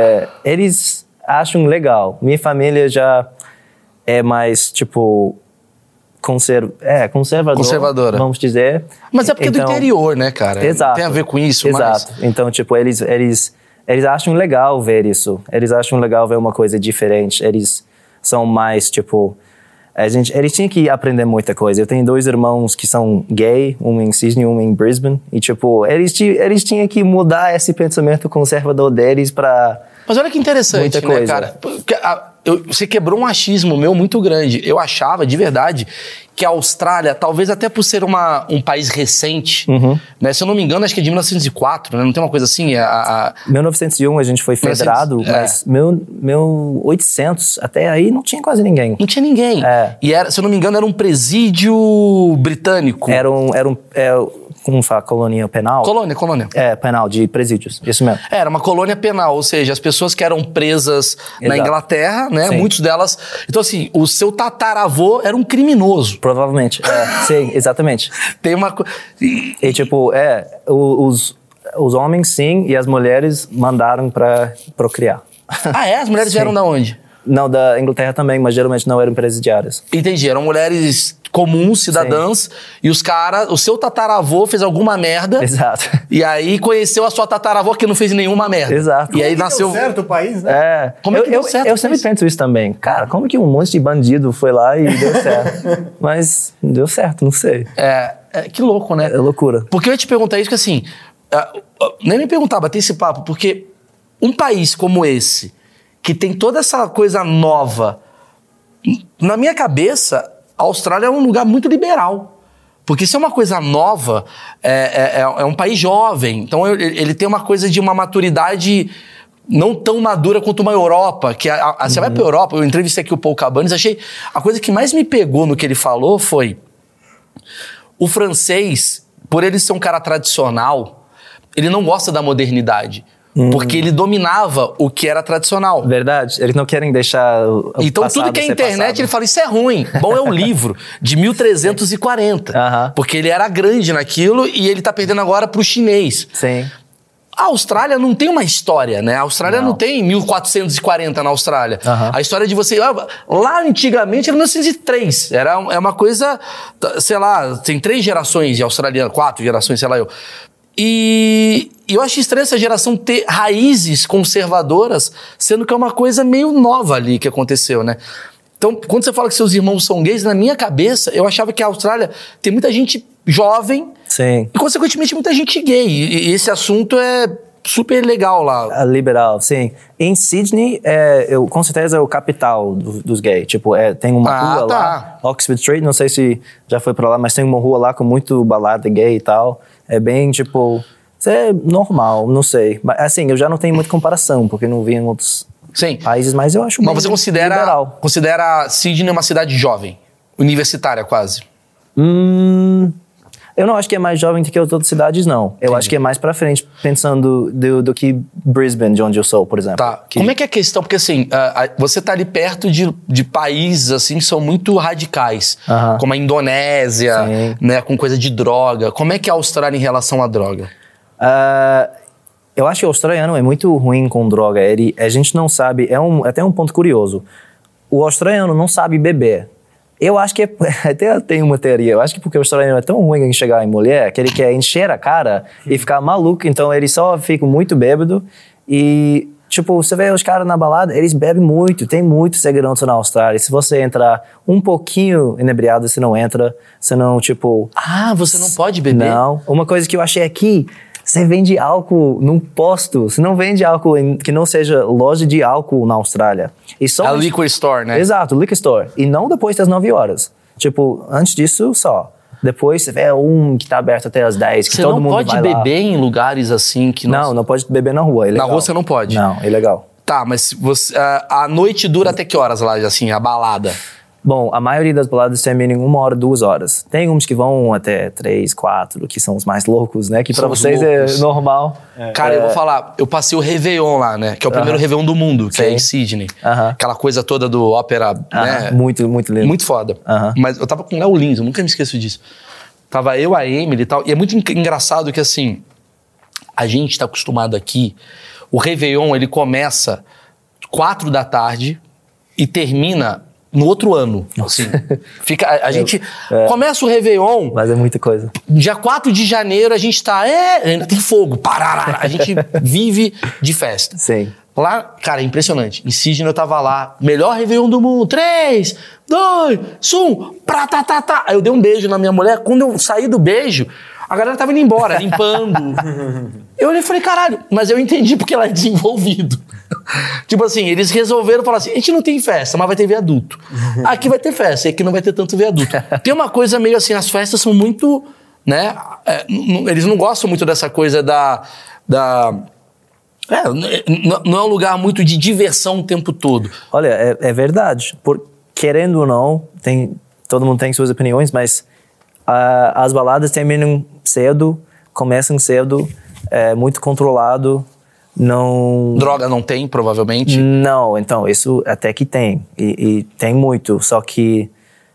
acham legal. Minha família já é mais, tipo... conservadora, vamos dizer. Mas é porque é do interior, né, cara? Exato. Tem a ver com isso, exato. Mas... Então, tipo, eles acham legal ver isso. Eles acham legal ver uma coisa diferente. Eles são mais, tipo... Eles tinham que aprender muita coisa. Eu tenho 2 irmãos que são gay, um em Sydney, um em Brisbane. E, tipo, eles tinham que mudar esse pensamento conservador deles pra... Mas olha que interessante, muita coisa. Né, cara? Porque, você quebrou um achismo meu muito grande. Eu achava, de verdade, que a Austrália, talvez até por ser um país recente, né? Se eu não me engano, acho que é de 1904, né? Não tem uma coisa assim? 1901 a gente foi federado, mas 1800, até aí não tinha quase ninguém. Não tinha ninguém. E se eu não me engano, era um presídio britânico. Como fala? Colônia penal? Colônia. Penal, de presídios. Isso mesmo. Era uma colônia penal, ou seja, as pessoas que eram presas na Inglaterra, né? Sim. Muitos delas... Então, assim, o seu tataravô era um criminoso. Provavelmente. Sim, exatamente. Tem uma... E, tipo, os homens, sim, e as mulheres mandaram pra procriar. As mulheres vieram da onde? Não, da Inglaterra também, mas geralmente não eram presidiárias. Entendi, eram mulheres comuns, cidadãs, e os caras, o seu tataravô fez alguma merda. Exato. E aí conheceu a sua tataravó que não fez nenhuma merda. Exato. E aí nasceu... Deu certo o país, né? Como é que deu certo? Eu sempre penso isso também. Cara, como que um monte de bandido foi lá e deu certo? Mas deu certo, não sei. Que louco, né? É loucura. Porque eu ia te perguntar isso, que assim, nem me perguntar, bater esse papo, porque um país como esse, que tem toda essa coisa nova, na minha cabeça, a Austrália é um lugar muito liberal. Porque se é uma coisa nova, é um país jovem. Então ele tem uma coisa de uma maturidade não tão madura quanto uma Europa. Que você vai pra Europa, eu entrevistei aqui o Paul Cabanes, achei... A coisa que mais me pegou no que ele falou foi... O francês, por ele ser um cara tradicional, ele não gosta da modernidade. Porque ele dominava o que era tradicional. Verdade. Eles não querem deixar o Então tudo que é internet, passado. Ele fala, isso é ruim. Bom, é um livro de 1340. Porque ele era grande naquilo e ele tá perdendo agora pro chinês. Sim. A Austrália não tem uma história, né? A Austrália não tem 1440 na Austrália. A história de você... Lá antigamente era 1903. É uma coisa... Sei lá, tem 3 gerações de australiano, 4 gerações, sei lá eu. E eu acho estranho essa geração ter raízes conservadoras, sendo que é uma coisa meio nova ali que aconteceu, né? Então, quando você fala que seus irmãos são gays, na minha cabeça, eu achava que a Austrália tem muita gente jovem. Sim. E, consequentemente, muita gente gay. E esse assunto é super legal lá. Liberal, sim. Em Sydney, com certeza é o capital dos gays. Tipo, tem uma rua lá, Oxford Street, não sei se já foi pra lá, mas tem uma rua lá com muito balada gay e tal. É bem, tipo... Isso é normal, não sei. Mas, assim, eu já não tenho muita comparação, porque não vi em outros países, mas eu acho bem liberal. Mas você considera Sydney uma cidade jovem? Universitária, quase? Eu não acho que é mais jovem do que as outras cidades, não. Eu acho que é mais pra frente, pensando do que Brisbane, de onde eu sou, por exemplo. Tá. Como é que é a questão? Porque assim, você tá ali perto de países assim que são muito radicais, como a Indonésia, né, com coisa de droga. Como é que é a Austrália em relação à droga? Eu acho que o australiano é muito ruim com droga. A gente não sabe, até um ponto curioso. O australiano não sabe beber. Eu acho que até tem uma teoria. Eu acho que porque o australiano é tão ruim em chegar em mulher que ele quer encher a cara e ficar maluco. Então ele só fica muito bêbado. E, tipo, você vê os caras na balada, eles bebem muito. Tem muito segurança na Austrália. Se você entrar um pouquinho inebriado, você não entra. Você não, tipo... você não pode beber? Não. Uma coisa que eu achei aqui... Você vende álcool num posto. Você não vende álcool que não seja loja de álcool na Austrália. E só a liquor store, né? Exato, liquor store. E não depois das 9 horas. Tipo, antes disso, só. Depois você vê que tá aberto até as 10, que todo mundo vai lá. Você não pode beber em lugares assim que... Não pode beber na rua, é ilegal. Na rua você não pode? Não, é ilegal. Tá, mas a noite dura até que horas lá, assim, a balada? Bom, a maioria das baladas termina em 1 hora, 2 horas. Tem uns que vão até 3, 4, que são os mais loucos, né? Que pra vocês é normal. Cara, eu vou falar, eu passei o Réveillon lá, né? Que é o primeiro Réveillon do mundo, que é em Sydney. Aquela coisa toda do ópera, né? Muito, muito lindo. Muito foda. Mas eu tava com o Léo Lins, eu nunca me esqueço disso. Tava eu, a Emily e tal. E é muito engraçado que, assim, a gente tá acostumado aqui. O Réveillon, ele começa 4 da tarde e termina... no outro ano, assim. A gente começa o Réveillon... Mas é muita coisa. Dia 4 de janeiro a gente tá... tem fogo, parará. A gente vive de festa. Sim. Lá, cara, é impressionante. Em Sydney eu tava lá, melhor Réveillon do mundo. 3, 2, 1, tá. Aí eu dei um beijo na minha mulher. Quando eu saí do beijo, a galera tava indo embora, limpando. Eu olhei e falei, caralho. Mas eu entendi porque ela é desenvolvido. Tipo assim, eles resolveram falar assim, a gente não tem festa, mas vai ter viaduto. Aqui vai ter festa, e aqui não vai ter tanto viaduto. Tem uma coisa meio assim, as festas são muito, né, eles não gostam muito dessa coisa não é um lugar muito de diversão o tempo todo. Olha, é verdade. Querendo ou não, todo mundo tem suas opiniões, mas as baladas terminam cedo, começam cedo, é muito controlado. Não... Droga não tem, provavelmente? Não, então, isso até que tem. E tem muito, só que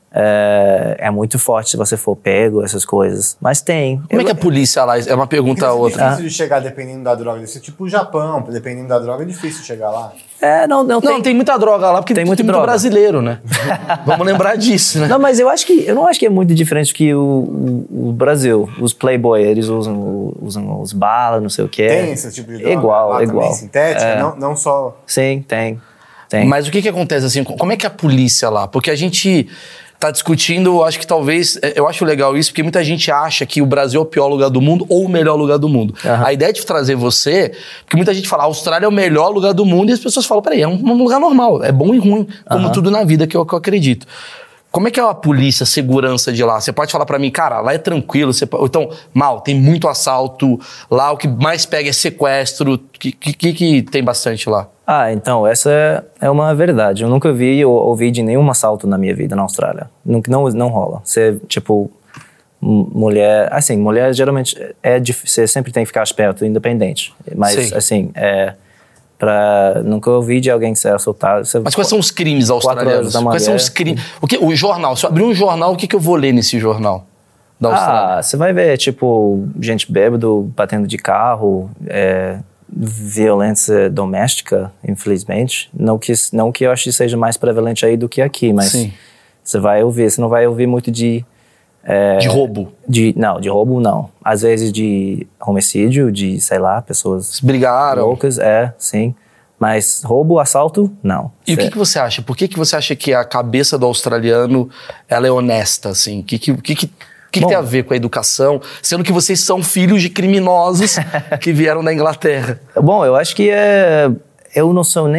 é muito forte se você for pego, essas coisas. Mas tem. Como é que a polícia lá... É uma pergunta a outra. É difícil de chegar dependendo da droga. Desse tipo o Japão, dependendo da droga, é difícil chegar lá. Não tem muita droga lá, porque tem muito brasileiro, né? Vamos lembrar disso, né? Não, mas eu não acho que é muito diferente que o Brasil. Os playboy, eles usam os balas, não sei o que. Tem esse tipo de droga? Igual. Também, sintética? Não só... Sim, tem. Mas o que acontece, assim, como é que é a polícia lá? Porque a gente... tá discutindo, acho que talvez... Eu acho legal isso, porque muita gente acha que o Brasil é o pior lugar do mundo ou o melhor lugar do mundo. A ideia de trazer você... Porque muita gente fala, a Austrália é o melhor lugar do mundo, e as pessoas falam, peraí, é um lugar normal, é bom e ruim, como tudo na vida, que eu acredito. Como é que é a polícia, a segurança de lá? Você pode falar pra mim, cara, lá é tranquilo, então, tem muito assalto, lá o que mais pega é sequestro, que tem bastante lá? Então, essa é uma verdade. Eu nunca vi ou ouvi de nenhum assalto na minha vida na Austrália. Não rola. Você, tipo, mulher... Assim, mulher geralmente você sempre tem que ficar esperto, independente. Mas, assim, nunca ouvi de alguém ser assaltado. Mas quais são os crimes australianos? Quais são os crimes? O jornal, se eu abrir um jornal, o que eu vou ler nesse jornal da Austrália? Você vai ver, tipo, gente bêbado, batendo de carro, violência doméstica, infelizmente. Não que eu acho que seja mais prevalente aí do que aqui, mas você não vai ouvir muito de roubo? De roubo não. Às vezes de homicídio, de, sei lá, pessoas brigaram. Loucas, sim. Mas roubo, assalto, não. E o que você acha? Por que você acha que a cabeça do australiano ela é honesta, assim? O que tem a ver com a educação, sendo que vocês são filhos de criminosos que vieram da Inglaterra? Bom, eu acho que eu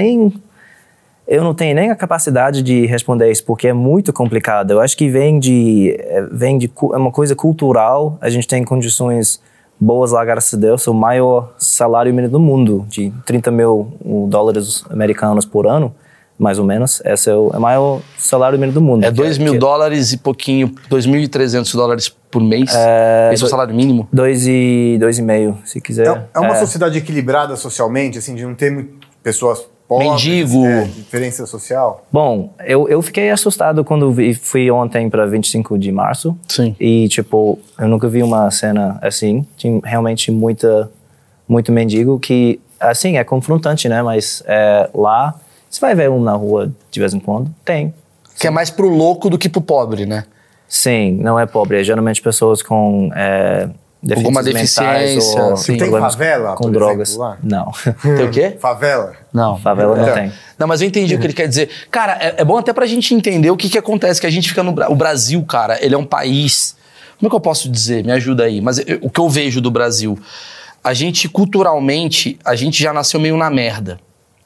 não tenho nem a capacidade de responder isso, porque é muito complicado. Eu acho que vem de uma coisa cultural. A gente tem condições boas lá, graças a Deus. O maior salário mínimo do mundo, de 30 mil dólares americanos por ano, mais ou menos. Esse é o maior salário mínimo do mundo. É 2 mil dólares e pouquinho, 2.300 dólares por mês? Esse é o salário mínimo? 2,5, se quiser. É uma sociedade equilibrada socialmente, assim, de não ter pessoas pobres, mendigo, diferença social? Bom, eu fiquei assustado quando fui ontem para 25 de março. Sim. E, tipo, eu nunca vi uma cena assim. Tinha realmente muito mendigo que, assim, é confrontante, né? Mas lá, você vai ver um na rua de vez em quando? Tem. Que é mais pro louco do que pro pobre, né? Sim, não é pobre. É geralmente pessoas com alguma deficiência. Ou tem favela, com drogas. Exemplo, lá? Não. Tem o quê? Favela? Não. Favela não tem. Não, mas eu entendi o que ele quer dizer. Cara, é bom até pra gente entender o que acontece, que a gente fica o Brasil, cara, ele é um país... Como é que eu posso dizer? Me ajuda aí. Mas o que eu vejo do Brasil, a gente, culturalmente, a gente já nasceu meio na merda.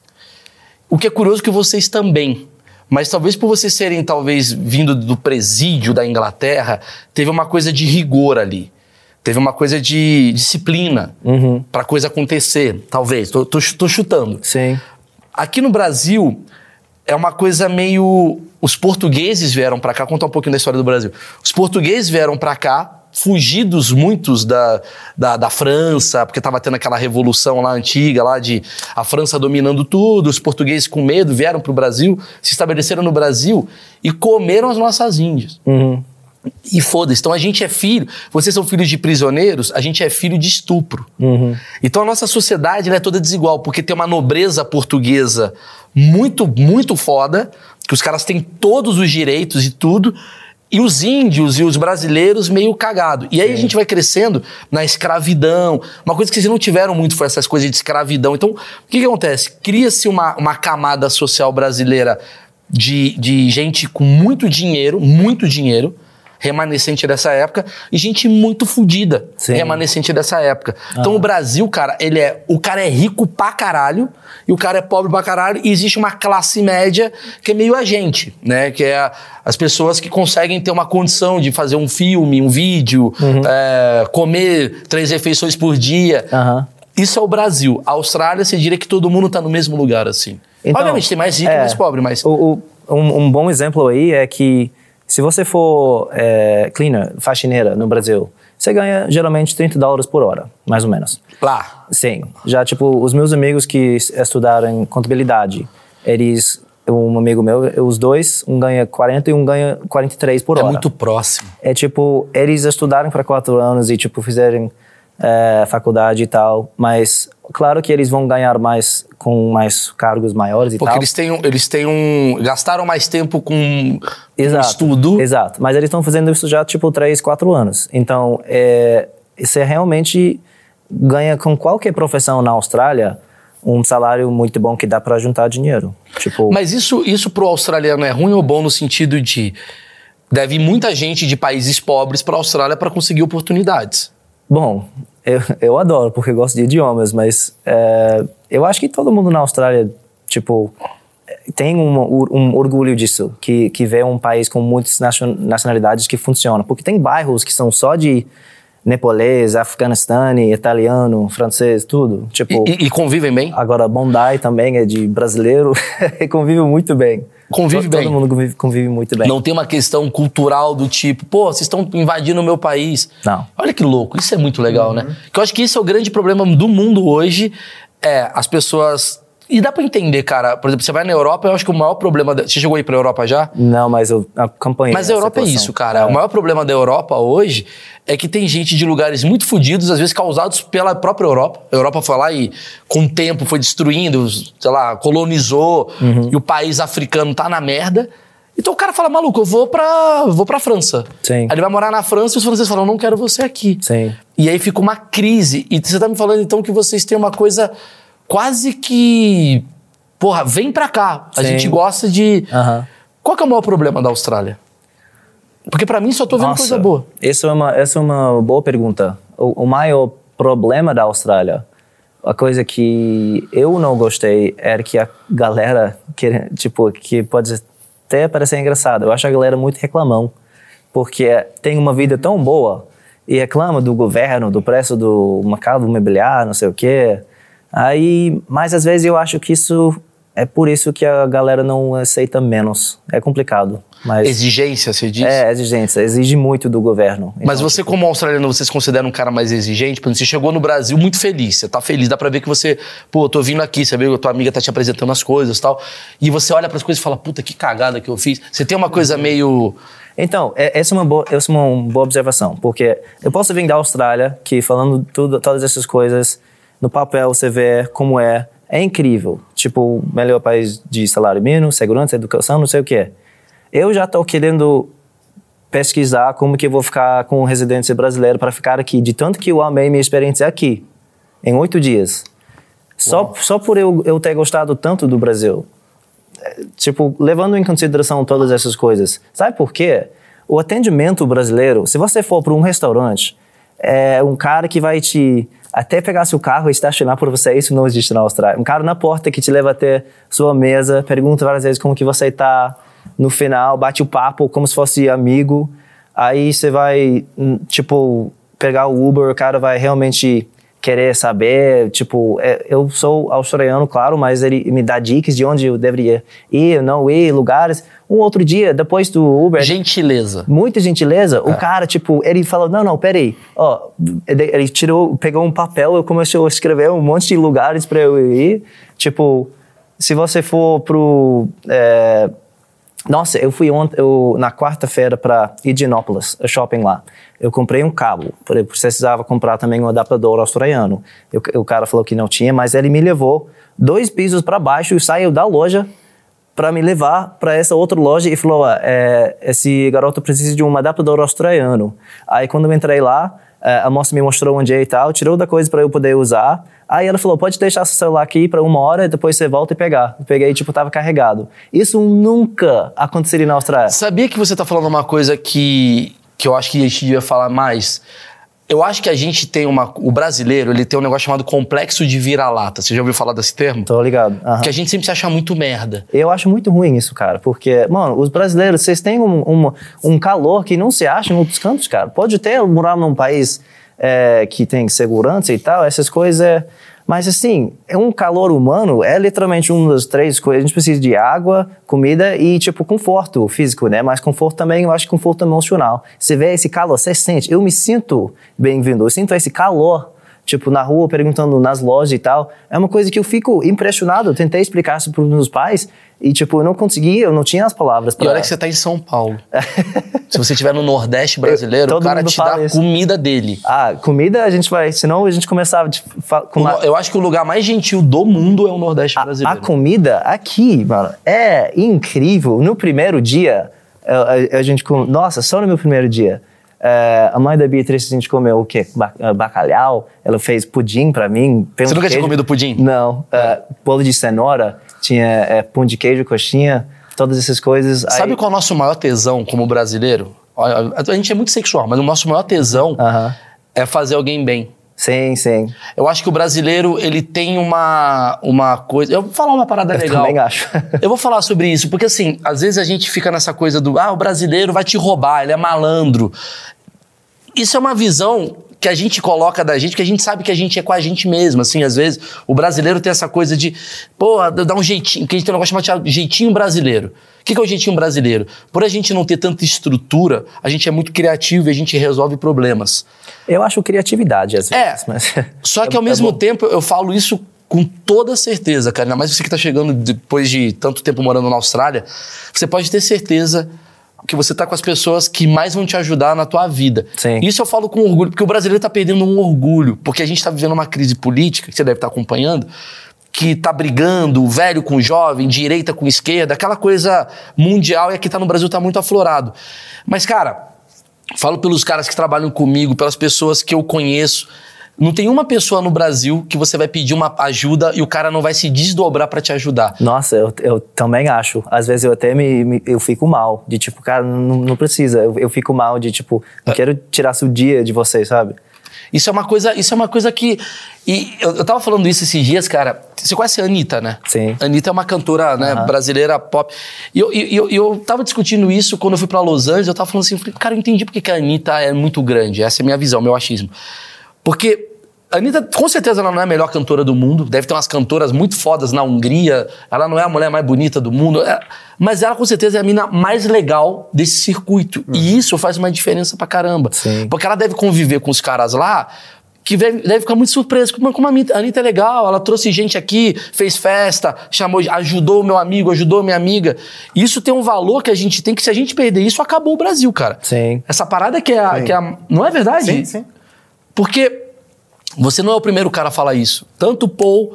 O que é curioso que vocês também... Mas talvez por vocês serem, vindo do presídio da Inglaterra, teve uma coisa de rigor ali. Teve uma coisa de disciplina pra coisa acontecer, talvez. Tô chutando. Sim. Aqui no Brasil, é uma coisa meio... Os portugueses vieram pra cá, contar um pouquinho da história do Brasil. Os portugueses vieram pra cá, fugidos muitos da França, porque estava tendo aquela revolução lá antiga, lá de a França dominando tudo, os portugueses com medo vieram para o Brasil, se estabeleceram no Brasil e comeram as nossas índias. E foda-se, então a gente é filho, vocês são filhos de prisioneiros, a gente é filho de estupro. Então a nossa sociedade ela é toda desigual, porque tem uma nobreza portuguesa muito, muito foda, que os caras têm todos os direitos e tudo, e os índios e os brasileiros meio cagado. E aí a gente vai crescendo na escravidão. Uma coisa que vocês não tiveram muito foi essas coisas de escravidão. Então, o que acontece? Cria-se uma camada social brasileira de gente com muito dinheiro, remanescente dessa época, e gente muito fodida, remanescente dessa época. Então o Brasil, cara, o cara é rico pra caralho, e o cara é pobre pra caralho, e existe uma classe média que é meio a gente, né? Que é as pessoas que conseguem ter uma condição de fazer um filme, um vídeo, comer 3 refeições por dia. Isso é o Brasil. A Austrália, você diria que todo mundo tá no mesmo lugar, assim. Então, obviamente tem mais rico e mais pobre, mas... Um bom exemplo aí é que se você for cleaner, faxineira no Brasil, você ganha geralmente $30 por hora, mais ou menos. Lá? Sim. Já, tipo, os meus amigos que estudaram contabilidade, um amigo meu, os dois, um ganha 40 e um ganha 43 por hora. É muito próximo. É tipo, eles estudaram para 4 anos e, tipo, fizeram faculdade e tal, mas claro que eles vão ganhar mais com mais cargos maiores e tal. Porque eles gastaram mais tempo com estudo. Exato, mas eles estão fazendo isso já tipo 3, 4 anos. Então, você realmente ganha com qualquer profissão na Austrália um salário muito bom que dá para juntar dinheiro. Tipo... Mas isso pro australiano é ruim ou bom no sentido de deve ir muita gente de países pobres pra Austrália para conseguir oportunidades? Bom, eu adoro, porque eu gosto de idiomas, mas eu acho que todo mundo na Austrália, tipo, tem um orgulho disso, que vê um país com muitas nacionalidades que funciona. Porque tem bairros que são só de nepalês, afeganistani, italiano, francês, tudo. Tipo, e convivem bem? Agora, Bondi também é de brasileiro e convive muito bem. Convive bem. Todo mundo convive muito bem. Não tem uma questão cultural do tipo, pô, vocês estão invadindo o meu país. Não. Olha que louco, isso é muito legal, né? Que eu acho que esse é o grande problema do mundo hoje, as pessoas... E dá pra entender, cara, por exemplo, você vai na Europa, eu acho que o maior problema... Você chegou aí pra Europa já? Não, mas eu acompanhei. Mas a Europa é isso, cara. O maior problema da Europa hoje é que tem gente de lugares muito fodidos, às vezes causados pela própria Europa. A Europa foi lá e, com o tempo, foi destruindo, sei lá, colonizou, e o país africano tá na merda. Então o cara fala, maluco, eu vou pra França. Sim. Aí ele vai morar na França e os franceses falam, não quero você aqui. Sim. E aí fica uma crise. E você tá me falando, então, que vocês têm uma coisa... Quase que... Porra, vem pra cá. A gente gosta de... Qual que é o maior problema da Austrália? Porque pra mim só tô vendo coisa boa. Essa é uma boa pergunta. O maior problema da Austrália, a coisa que eu não gostei era que a galera, que pode até parecer engraçado, eu acho a galera muito reclamão. Porque tem uma vida tão boa e reclama do governo, do preço do mercado imobiliário, não sei o quê... Mas às vezes eu acho que isso é por isso que a galera não aceita menos. É complicado. Mas exigência, você diz? Exigência. Exige muito do governo. Mas então, você, como australiano, você se considera um cara mais exigente? Porque você chegou no Brasil muito feliz. Você tá feliz, dá pra ver que você... Pô, tô vindo aqui, você vê que a tua amiga tá te apresentando as coisas e tal. E você olha pras coisas e fala, puta, que cagada que eu fiz. Você tem uma coisa meio... Então, essa é uma boa observação. Porque eu posso vir da Austrália, que falando todas essas coisas, no papel você vê como é incrível. Tipo, melhor país de salário mínimo, segurança, educação, não sei o que. Eu já estou querendo pesquisar como que eu vou ficar com residência brasileira para ficar aqui, de tanto que eu amei minha experiência aqui, em 8 dias. Só por eu ter gostado tanto do Brasil. Tipo, levando em consideração todas essas coisas. Sabe por quê? O atendimento brasileiro, se você for para um restaurante, é um cara que vai te... até pegar seu carro e estacionar por você, isso não existe na Austrália. Um cara na porta que te leva até sua mesa, pergunta várias vezes como que você está, no final bate o papo como se fosse amigo, aí você vai, tipo, pegar o Uber, o cara vai realmente querer saber, tipo, eu sou australiano, claro, mas ele me dá dicas de onde eu deveria ir, não ir, lugares. Um outro dia, depois do Uber... Gentileza. Muita gentileza. O cara, tipo, ele falou, não, peraí. Ó, ele pegou um papel, eu comecei a escrever um monte de lugares para eu ir. Tipo, se você for pro... Nossa, eu fui na quarta-feira para Indianapolis, o shopping lá. Eu comprei um cabo, eu precisava comprar também um adaptador australiano. O cara falou que não tinha, mas ele me levou 2 pisos para baixo e saiu da loja para me levar para essa outra loja e falou, esse garoto precisa de um adaptador australiano. Aí quando eu entrei lá, a moça me mostrou onde é e tal, tirou da coisa para eu poder usar. Aí ela falou, pode deixar seu celular aqui para 1 hora, depois você volta e pegar. Eu peguei, tipo, tava carregado. Isso nunca aconteceria na Austrália. Sabia que você tá falando uma coisa que eu acho que a gente devia falar mais? Eu acho que a gente tem o brasileiro, ele tem um negócio chamado complexo de vira-lata. Você já ouviu falar desse termo? Tô ligado. Que a gente sempre se acha muito merda. Eu acho muito ruim isso, cara. Porque, mano, os brasileiros, vocês têm um calor que não se acha em outros cantos, cara. Pode até morar num país que tem segurança e tal, essas coisas... Mas assim, um calor humano é literalmente uma das 3 coisas. A gente precisa de água, comida e, tipo, conforto físico, né? Mas conforto também, eu acho que conforto emocional. Você vê esse calor, você sente. Eu me sinto bem-vindo, eu sinto esse calor, tipo, na rua, perguntando nas lojas e tal. É uma coisa que eu fico impressionado. Eu tentei explicar isso para os meus pais e, tipo, eu não conseguia, eu não tinha as palavras pra... E olha que você tá em São Paulo. Se você estiver no Nordeste brasileiro, o cara te dá a comida dele. Comida a gente vai... Senão a gente começava... Eu acho que o lugar mais gentil do mundo é o Nordeste brasileiro. A comida aqui, mano, é incrível. No primeiro dia, a gente... Nossa, só no meu primeiro dia. A mãe da Beatriz, a gente comeu o quê? Bacalhau. Ela fez pudim pra mim. Você nunca tinha comido pudim? Não. Bolo de cenoura. Tinha pão de queijo, coxinha. Todas essas coisas. Sabe qual é o nosso maior tesão como brasileiro? A gente é muito sexual, mas o nosso maior tesão é fazer alguém bem. Sim, sim. Eu acho que o brasileiro, ele tem uma coisa... Eu vou falar uma parada legal. Eu também acho. Eu vou falar sobre isso, porque assim, às vezes a gente fica nessa coisa do... o brasileiro vai te roubar, ele é malandro. Isso é uma visão que a gente coloca da gente, que a gente sabe que a gente é com a gente mesmo, assim, às vezes o brasileiro tem essa coisa de, dá um jeitinho, que a gente tem um negócio chamado jeitinho brasileiro. O que é o jeitinho brasileiro? Por a gente não ter tanta estrutura, a gente é muito criativo e a gente resolve problemas. Eu acho criatividade, às vezes. Mas só que ao mesmo tempo eu falo isso com toda certeza, cara, ainda mais você que tá chegando depois de tanto tempo morando na Austrália, você pode ter certeza que você tá com as pessoas que mais vão te ajudar na tua vida. Sim. Isso eu falo com orgulho, porque o brasileiro tá perdendo um orgulho, porque a gente tá vivendo uma crise política, que você deve estar acompanhando, que tá brigando, velho com jovem, direita com esquerda, aquela coisa mundial, e aqui no Brasil tá muito aflorado. Mas, cara, falo pelos caras que trabalham comigo, pelas pessoas que eu conheço, não tem uma pessoa no Brasil que você vai pedir uma ajuda e o cara não vai se desdobrar pra te ajudar. Nossa, eu também acho. Às vezes eu até eu fico mal, de tipo, cara, não precisa. Eu fico mal de tipo, não quero tirar seu dia de você, sabe? Isso é uma coisa que... E eu tava falando isso esses dias, cara. Você conhece a Anitta, né? Sim. A Anitta é uma cantora, né, brasileira pop. E eu tava discutindo isso quando eu fui pra Los Angeles. Eu tava falando assim, cara, eu entendi porque que a Anitta é muito grande. Essa é a minha visão, meu achismo. Porque A Anitta, com certeza, ela não é a melhor cantora do mundo. Deve ter umas cantoras muito fodas na Hungria. Ela não é a mulher mais bonita do mundo. Mas ela, com certeza, é a mina mais legal desse circuito. E isso faz uma diferença pra caramba. Sim. Porque ela deve conviver com os caras lá que deve ficar muito surpreso. Como a Anitta é legal, ela trouxe gente aqui, fez festa, ajudou o meu amigo, ajudou a minha amiga. Isso tem um valor que a gente tem, que se a gente perder isso, acabou o Brasil, cara. Sim. Essa parada que é não é verdade? Sim, sim. Porque você não é o primeiro cara a falar isso. Tanto o Paul...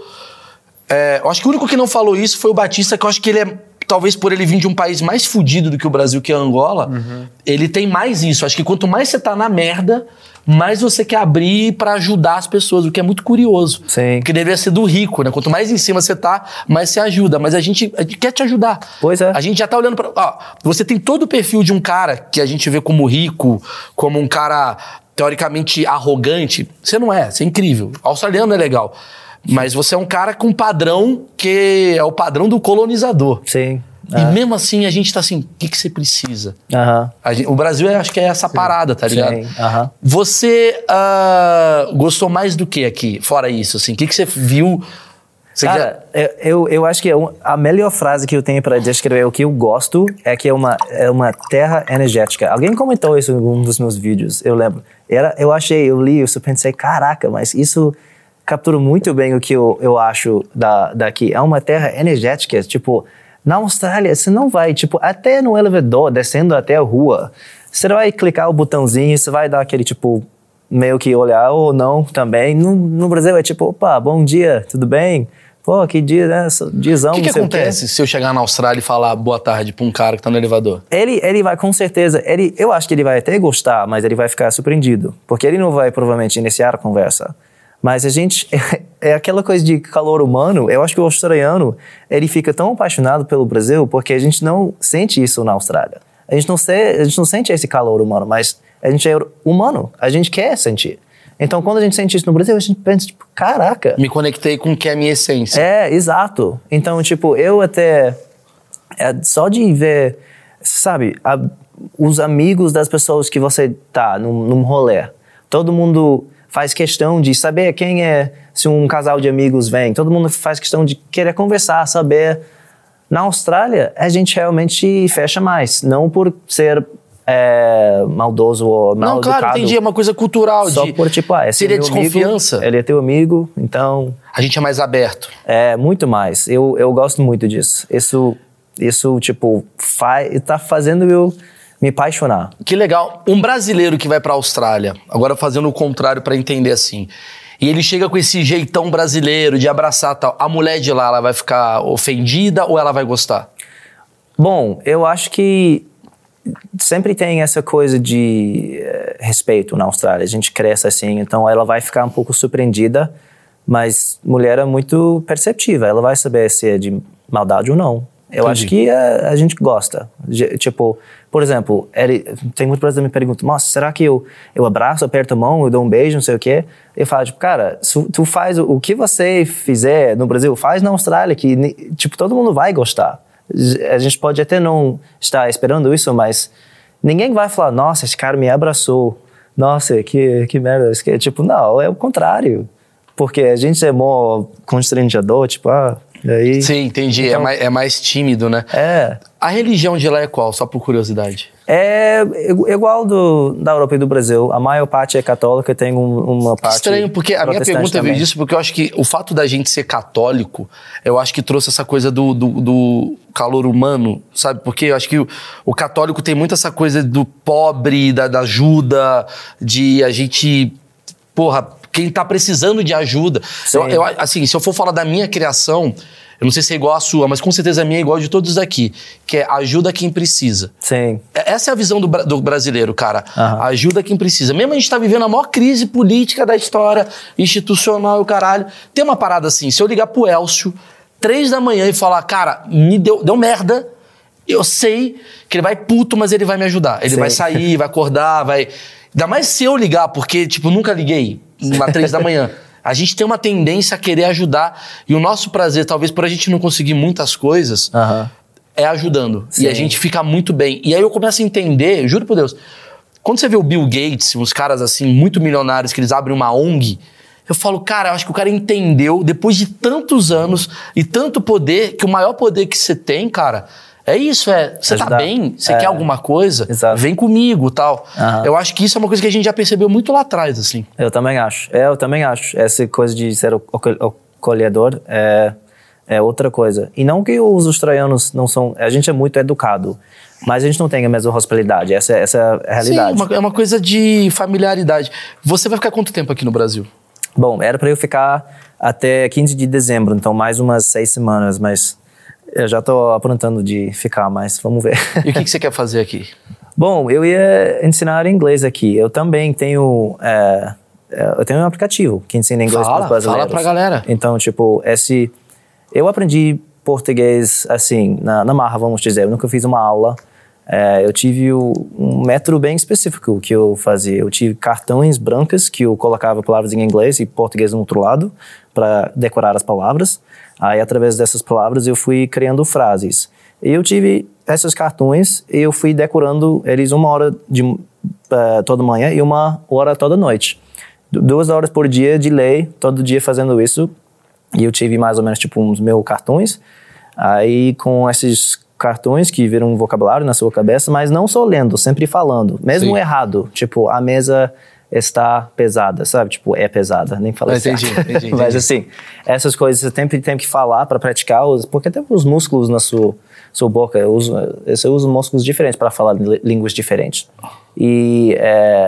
eu acho que o único que não falou isso foi o Batista, que eu acho que ele é... Talvez por ele vir de um país mais fudido do que o Brasil, que é a Angola, ele tem mais isso. Acho que quanto mais você tá na merda, mais você quer abrir pra ajudar as pessoas, o que é muito curioso. Sim. Porque deveria ser do rico, né? Quanto mais em cima você tá, mais você ajuda. Mas a gente quer te ajudar. Pois é. A gente já tá olhando pra... você tem todo o perfil de um cara que a gente vê como rico, como um cara teoricamente arrogante. Você não é, você é incrível. O australiano é legal. Mas você é um cara com padrão que é o padrão do colonizador. Sim. E mesmo assim, a gente tá assim, o que você precisa? Uhum. O Brasil, acho que é essa parada, tá ligado? Sim. Uhum. Você gostou mais do que aqui, fora isso? Assim? O que você viu? Cara, eu acho que a melhor frase que eu tenho para descrever o que eu gosto é que é uma terra energética. Alguém comentou isso em um dos meus vídeos, eu lembro. Eu li isso, pensei, caraca, mas isso captura muito bem o que eu acho daqui. É uma terra energética, tipo, na Austrália você não vai, tipo, até no elevador, descendo até a rua, você vai clicar o botãozinho, você vai dar aquele, tipo, meio que olhar ou não também. No Brasil é tipo, opa, bom dia, tudo bem? Pô, que dia, né? Diazão, O que acontece se eu chegar na Austrália e falar boa tarde pra um cara que tá no elevador? Ele vai, com certeza, eu acho que ele vai até gostar, mas ele vai ficar surpreendido. Porque ele não vai, provavelmente, iniciar a conversa. Mas a gente, é aquela coisa de calor humano, eu acho que o australiano, ele fica tão apaixonado pelo Brasil porque a gente não sente isso na Austrália. A gente não sente esse calor humano, mas a gente é humano, a gente quer sentir. Então, quando a gente sente isso no Brasil, a gente pensa, tipo, caraca. Me conectei com o que é a minha essência. Exato. Então, tipo, eu até... só de ver, sabe, os amigos das pessoas que você tá num rolê. Todo mundo faz questão de saber quem é, se um casal de amigos vem. Todo mundo faz questão de querer conversar, saber. Na Austrália, a gente realmente fecha mais. Não por ser... maldoso ou mal Não, educado. claro, entendi, é uma coisa cultural. Só por tipo, seria desconfiança. Amigo, ele é teu amigo, então... A gente é mais aberto. Muito mais. Eu gosto muito disso. Isso tipo, tá fazendo eu me apaixonar. Que legal. Um brasileiro que vai pra Austrália, agora fazendo o contrário pra entender assim, e ele chega com esse jeitão brasileiro de abraçar tal, a mulher de lá, ela vai ficar ofendida ou ela vai gostar? Bom, eu acho que sempre tem essa coisa de respeito na Austrália. A gente cresce assim, então ela vai ficar um pouco surpreendida, mas mulher é muito perceptiva. Ela vai saber se é de maldade ou não. Eu Entendi. acho que a gente gosta. Tipo, por exemplo, tem muito brasileiro que me perguntam, nossa, será que eu abraço, aperto a mão, eu dou um beijo, não sei o quê? Eu falo, tipo, cara, tu faz o que você fizer no Brasil, faz na Austrália, que tipo, todo mundo vai gostar. A gente pode até não estar esperando isso, mas ninguém vai falar, nossa, esse cara me abraçou, nossa, que merda. Tipo, não, é o contrário. Porque a gente é mó constrangedor, tipo, aí... Sim, entendi, então, é mais tímido, né? A religião de lá é qual, só por curiosidade? É igual da Europa e do Brasil. A maior parte é católica, tem uma parte estranho, porque a minha pergunta veio disso, porque eu acho que o fato da gente ser católico, eu acho que trouxe essa coisa do calor humano, sabe? Porque eu acho que o católico tem muito essa coisa do pobre, da ajuda, de a gente... Porra, quem tá precisando de ajuda. Assim, se eu for falar da minha criação, eu não sei se é igual à sua, mas com certeza a minha é igual de todos daqui, que é ajuda quem precisa. Sim. Essa é a visão do brasileiro, cara. Uhum. Ajuda quem precisa. Mesmo a gente tá vivendo a maior crise política da história, institucional e o caralho. Tem uma parada assim, se eu ligar pro Elcio, 3 da manhã e falar, cara, deu merda, eu sei que ele vai puto, mas ele vai me ajudar. Ele vai sair, vai acordar, vai... Ainda mais se eu ligar, porque, tipo, nunca liguei às 3 da manhã. A gente tem uma tendência a querer ajudar. E o nosso prazer, talvez por a gente não conseguir muitas coisas, é ajudando. Sim. E a gente fica muito bem. E aí eu começo a entender, juro por Deus, quando você vê o Bill Gates, uns caras assim, muito milionários, que eles abrem uma ONG, Eu falo, cara, eu acho que o cara entendeu, depois de tantos anos e tanto poder, que o maior poder que você tem, cara, é isso, você ajudar. Tá bem, você quer alguma coisa, Exato. Vem comigo, tal. Eu acho que isso é uma coisa que a gente já percebeu muito lá atrás, assim. Eu também acho. Essa coisa de ser acolhedor é outra coisa. E não que os australianos não são... A gente é muito educado, mas a gente não tem a mesma hospitalidade. Essa é a realidade. Sim, é uma coisa de familiaridade. Você vai ficar quanto tempo aqui no Brasil? Bom, era para eu ficar até 15 de dezembro, então mais umas 6 semanas, mas eu já estou aprontando de ficar, mas vamos ver. E o que você quer fazer aqui? Bom, eu ia ensinar inglês aqui. Eu também tenho... eu tenho um aplicativo que ensina inglês para os brasileiros. Fala pra galera. Então, tipo, eu aprendi português, assim, na marra, vamos dizer. Eu nunca fiz uma aula. Eu tive um método bem específico que eu fazia. Eu tive cartões brancos que eu colocava palavras em inglês e português no outro lado para decorar as palavras. Aí, através dessas palavras, eu fui criando frases. E eu tive esses cartões e eu fui decorando eles 1 hora toda manhã e 1 hora toda noite. 2 horas por dia de lei, todo dia fazendo isso. E eu tive mais ou menos, tipo, uns meus cartões. Aí, com esses cartões que viram um vocabulário na sua cabeça, mas não só lendo, sempre falando. Mesmo errado. Tipo, a mesa está pesada, sabe? Tipo, é pesada. Nem falei certo. Entendi. Mas, assim, essas coisas você sempre tem que falar para praticar, porque tem os músculos na sua boca. Você usa músculos diferentes para falar línguas diferentes. E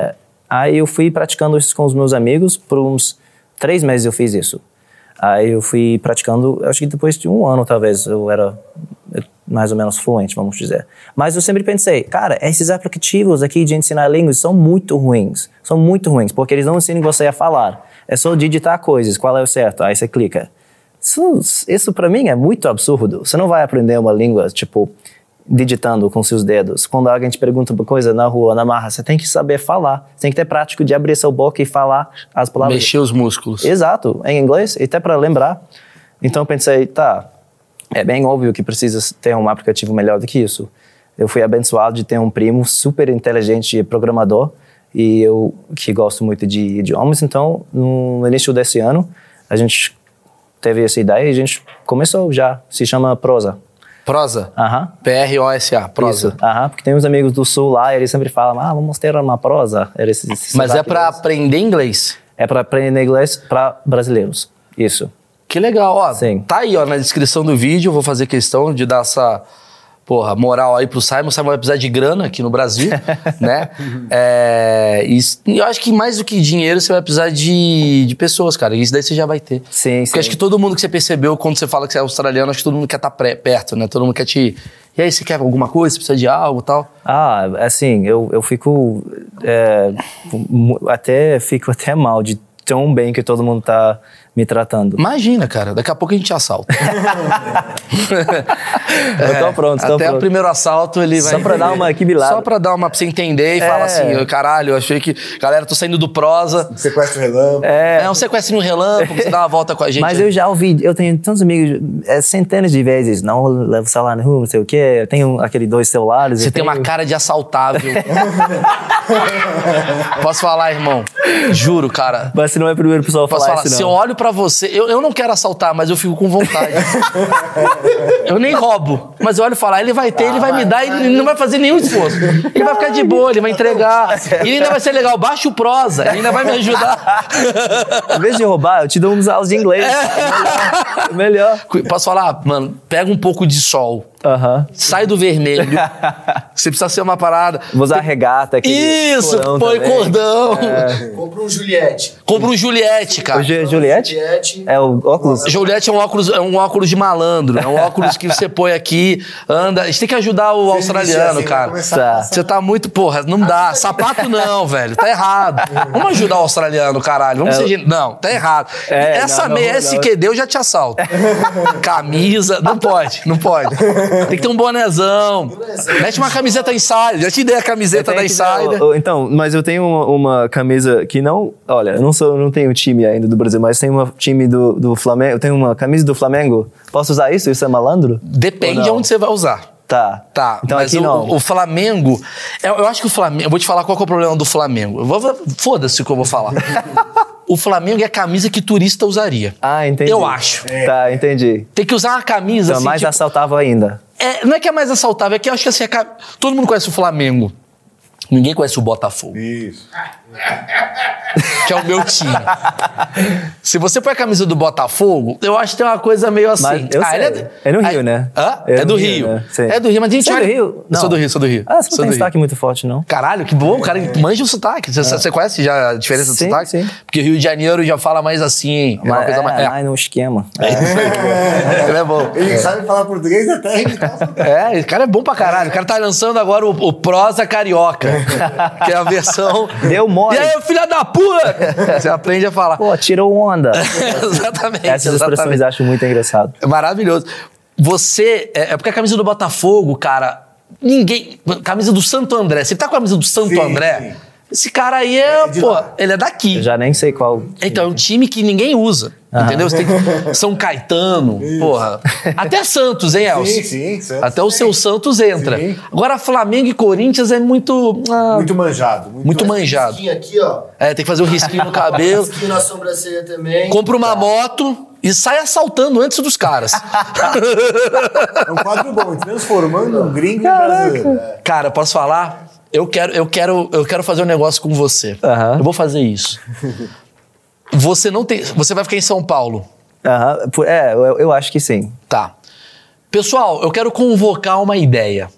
aí eu fui praticando isso com os meus amigos. Por uns 3 meses eu fiz isso. Aí eu fui praticando, acho que depois de 1 ano, talvez, eu era mais ou menos fluente, vamos dizer. Mas eu sempre pensei, cara, esses aplicativos aqui de ensinar línguas são muito ruins. São muito ruins, porque eles não ensinam você a falar. É só digitar coisas, qual é o certo, aí você clica. Isso pra mim é muito absurdo. Você não vai aprender uma língua, tipo, digitando com seus dedos. Quando alguém te pergunta uma coisa na rua, na marra, você tem que saber falar. Você tem que ter prático de abrir sua boca e falar as palavras. Mexer os músculos. Exato, em inglês, e até para lembrar. Então eu pensei, é bem óbvio que precisa ter um aplicativo melhor do que isso. Eu fui abençoado de ter um primo super inteligente programador, e eu que gosto muito de idiomas. Então, no início desse ano, a gente teve essa ideia e a gente começou já. Se chama Prosa. Prosa? P-R-O-S-A, Prosa. Isso, porque tem uns amigos do Sul lá, e eles sempre falam, vamos ter uma prosa. Mas é para aprender inglês? É para aprender inglês para brasileiros, isso. Que legal, ó. Sim. Tá aí, ó, na descrição do vídeo, eu vou fazer questão de dar essa, moral aí pro Simon. O Simon vai precisar de grana aqui no Brasil, né? E eu acho que mais do que dinheiro, você vai precisar de pessoas, cara. E isso daí você já vai ter. Sim, Porque acho que todo mundo que você percebeu quando você fala que você é australiano, acho que todo mundo quer estar perto, né? Todo mundo quer te... E aí, você quer alguma coisa? Você precisa de algo e tal? Assim, eu fico... Fico até mal de tão bem que todo mundo tá me tratando. Imagina, cara. Daqui a pouco a gente assalta. Eu tô pronto, Até o primeiro assalto ele vai... Só pra dar uma quibilada. Só pra dar uma... Pra você entender e falar assim, caralho, eu achei que... Galera, tô saindo do Prosa. Sequestro relâmpago. Um sequestrinho relâmpago, você dá uma volta com a gente. Mas eu já ouvi, eu tenho tantos amigos, centenas de vezes, não levo o celular na rua, não sei o quê, eu tenho aqueles 2 celulares. Você tem uma cara de assaltável. Posso falar, irmão? Juro, cara. Mas você não é a primeira pessoa a falar isso, não. Se eu olho pra você, eu não quero assaltar, mas eu fico com vontade. Eu nem roubo, mas eu olho e falo, ele vai ter, ele vai me dar, e ele não vai fazer nenhum esforço. Ele vai ficar de boa, ele vai entregar. E ainda vai ser legal, baixa o Prosa, ele ainda vai me ajudar. Em vez de roubar, eu te dou uns aulas de inglês. Melhor. Posso falar, mano, pega um pouco de sol. Sai do vermelho. Você precisa ser uma parada. Vou usar regata aqui. Isso, põe cordão. Compra um Juliette. Compra um Juliette, cara. Juliette? É o óculos? Juliette é um óculos de malandro. É um óculos que você põe aqui, anda. A gente tem que ajudar o australiano, cara. Você tá muito, não dá. Sapato não, velho. Tá errado. Vamos ajudar o australiano, caralho. Vamos ser... Não, tá errado. Essa meia SQD eu já te assalto. Camisa, não pode. Tem que ter um bonezão. Mete uma camiseta insider. Já te dei a camiseta da insider. Então, mas eu tenho uma camisa que não... Olha, eu não tenho time ainda do Brasil, mas tem um time do Flamengo. Eu tenho uma camisa do Flamengo. Posso usar isso? Isso é malandro? Depende de onde você vai usar. Tá. Então mas aqui não. O Flamengo... Eu acho que o Flamengo... Eu vou te falar qual que é o problema do Flamengo. Foda-se o que eu vou falar. o Flamengo é a camisa que turista usaria. Ah, entendi. Eu acho. Tá, entendi. Tem que usar uma camisa então, assim, mais assaltável ainda. Não é que é mais assaltável, é que eu acho que assim, todo mundo conhece o Flamengo. Ninguém conhece o Botafogo. Isso. Que é o meu time. Se você põe a camisa do Botafogo, eu acho que tem uma coisa meio assim. Mas eu sei. É no Rio, né? É do Rio. Né? É do Rio, mas a gente Você é do Rio? Não. Sou do Rio. Ah, você não tem sotaque muito forte, não? Caralho, que bom, o cara manja o sotaque. Você conhece já a diferença do sotaque? Sim. Porque o Rio de Janeiro já fala mais assim. Mas, mais no esquema. Ele é bom. Ele sabe falar português até imitar o sotaque. O cara é bom pra caralho. O cara tá lançando agora o Prosa Carioca, que é a versão... Deu mole. E aí, filha da puta! Você aprende a falar. Pô, tirou onda. Exatamente. Essas expressões eu acho muito engraçado. É maravilhoso. Você... É porque a camisa do Botafogo, cara... Ninguém... Camisa do Santo André. Você tá com a camisa do Santo André... Sim. Esse cara aí ele é daqui. Eu já nem sei qual. Então, é um time que ninguém usa. Entendeu? Você tem São Caetano, porra. Até Santos, hein, Elcio? Sim, Santos. Até o seu Santos entra. Sim. Agora, Flamengo e Corinthians é muito... muito manjado. Muito manjado. Risquinho aqui, ó. Tem que fazer um risquinho no cabelo. Risquinho na sobrancelha também. Compra uma moto e sai assaltando antes dos caras. É um quadro bom, transformando um gringo em brasileiro. Cara, posso falar? Eu quero fazer um negócio com você. Eu vou fazer isso. Você vai ficar em São Paulo. Eu acho que sim. Tá. Pessoal, eu quero convocar uma ideia.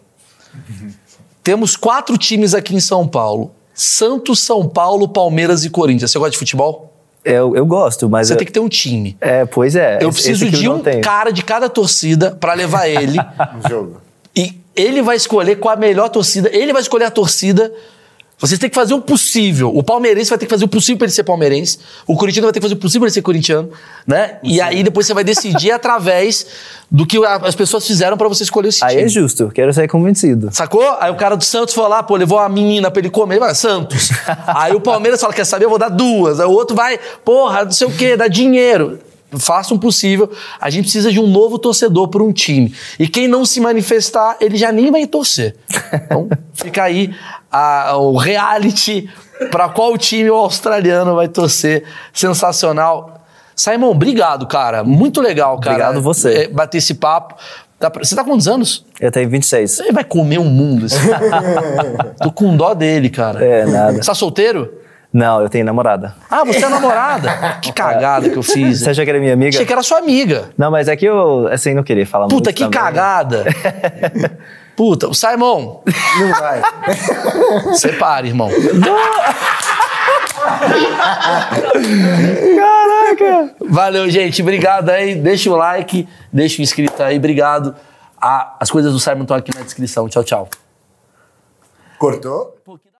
Temos 4 times aqui em São Paulo. Santos, São Paulo, Palmeiras e Corinthians. Você gosta de futebol? Eu gosto, mas... Você tem que ter um time. Pois é. Eu preciso de um cara de cada torcida pra levar ele. No jogo. E ele vai escolher qual a melhor torcida. Ele vai escolher a torcida. Vocês têm que fazer o possível. O palmeirense vai ter que fazer o possível pra ele ser palmeirense. O corintiano vai ter que fazer o possível pra ele ser corintiano. Né? E aí depois você vai decidir através do que as pessoas fizeram pra você escolher esse time. Aí é justo. Quero ser convencido. Sacou? Aí o cara do Santos foi lá, levou a menina pra ele comer. Vai, Santos. Aí o Palmeiras fala, quer saber? Eu vou dar 2. Aí o outro vai, porra, não sei o quê, dá dinheiro. Façam o possível. A gente precisa de um novo torcedor para um time. E quem não se manifestar, ele já nem vai torcer. Então, fica aí o reality para qual time o australiano vai torcer. Sensacional. Simon, obrigado, cara. Muito legal, cara. Obrigado você. Bater esse papo. Você tá com quantos anos? Eu tenho 26. Ele vai comer o mundo. Tô com dó dele, cara. Nada. Você tá solteiro? Não, eu tenho namorada. Ah, você é namorada? Que cagada que eu fiz. Você achou que era minha amiga? Achei que era sua amiga. Não, mas é que eu, assim, não queria falar muito. Puta, que também. cagada. Puta, o Simon. Não vai. Separe, irmão. Caraca! Valeu, gente. Obrigado aí. Deixa o like, deixa o inscrito aí. Obrigado. As coisas do Simon estão aqui na descrição. Tchau, tchau. Cortou?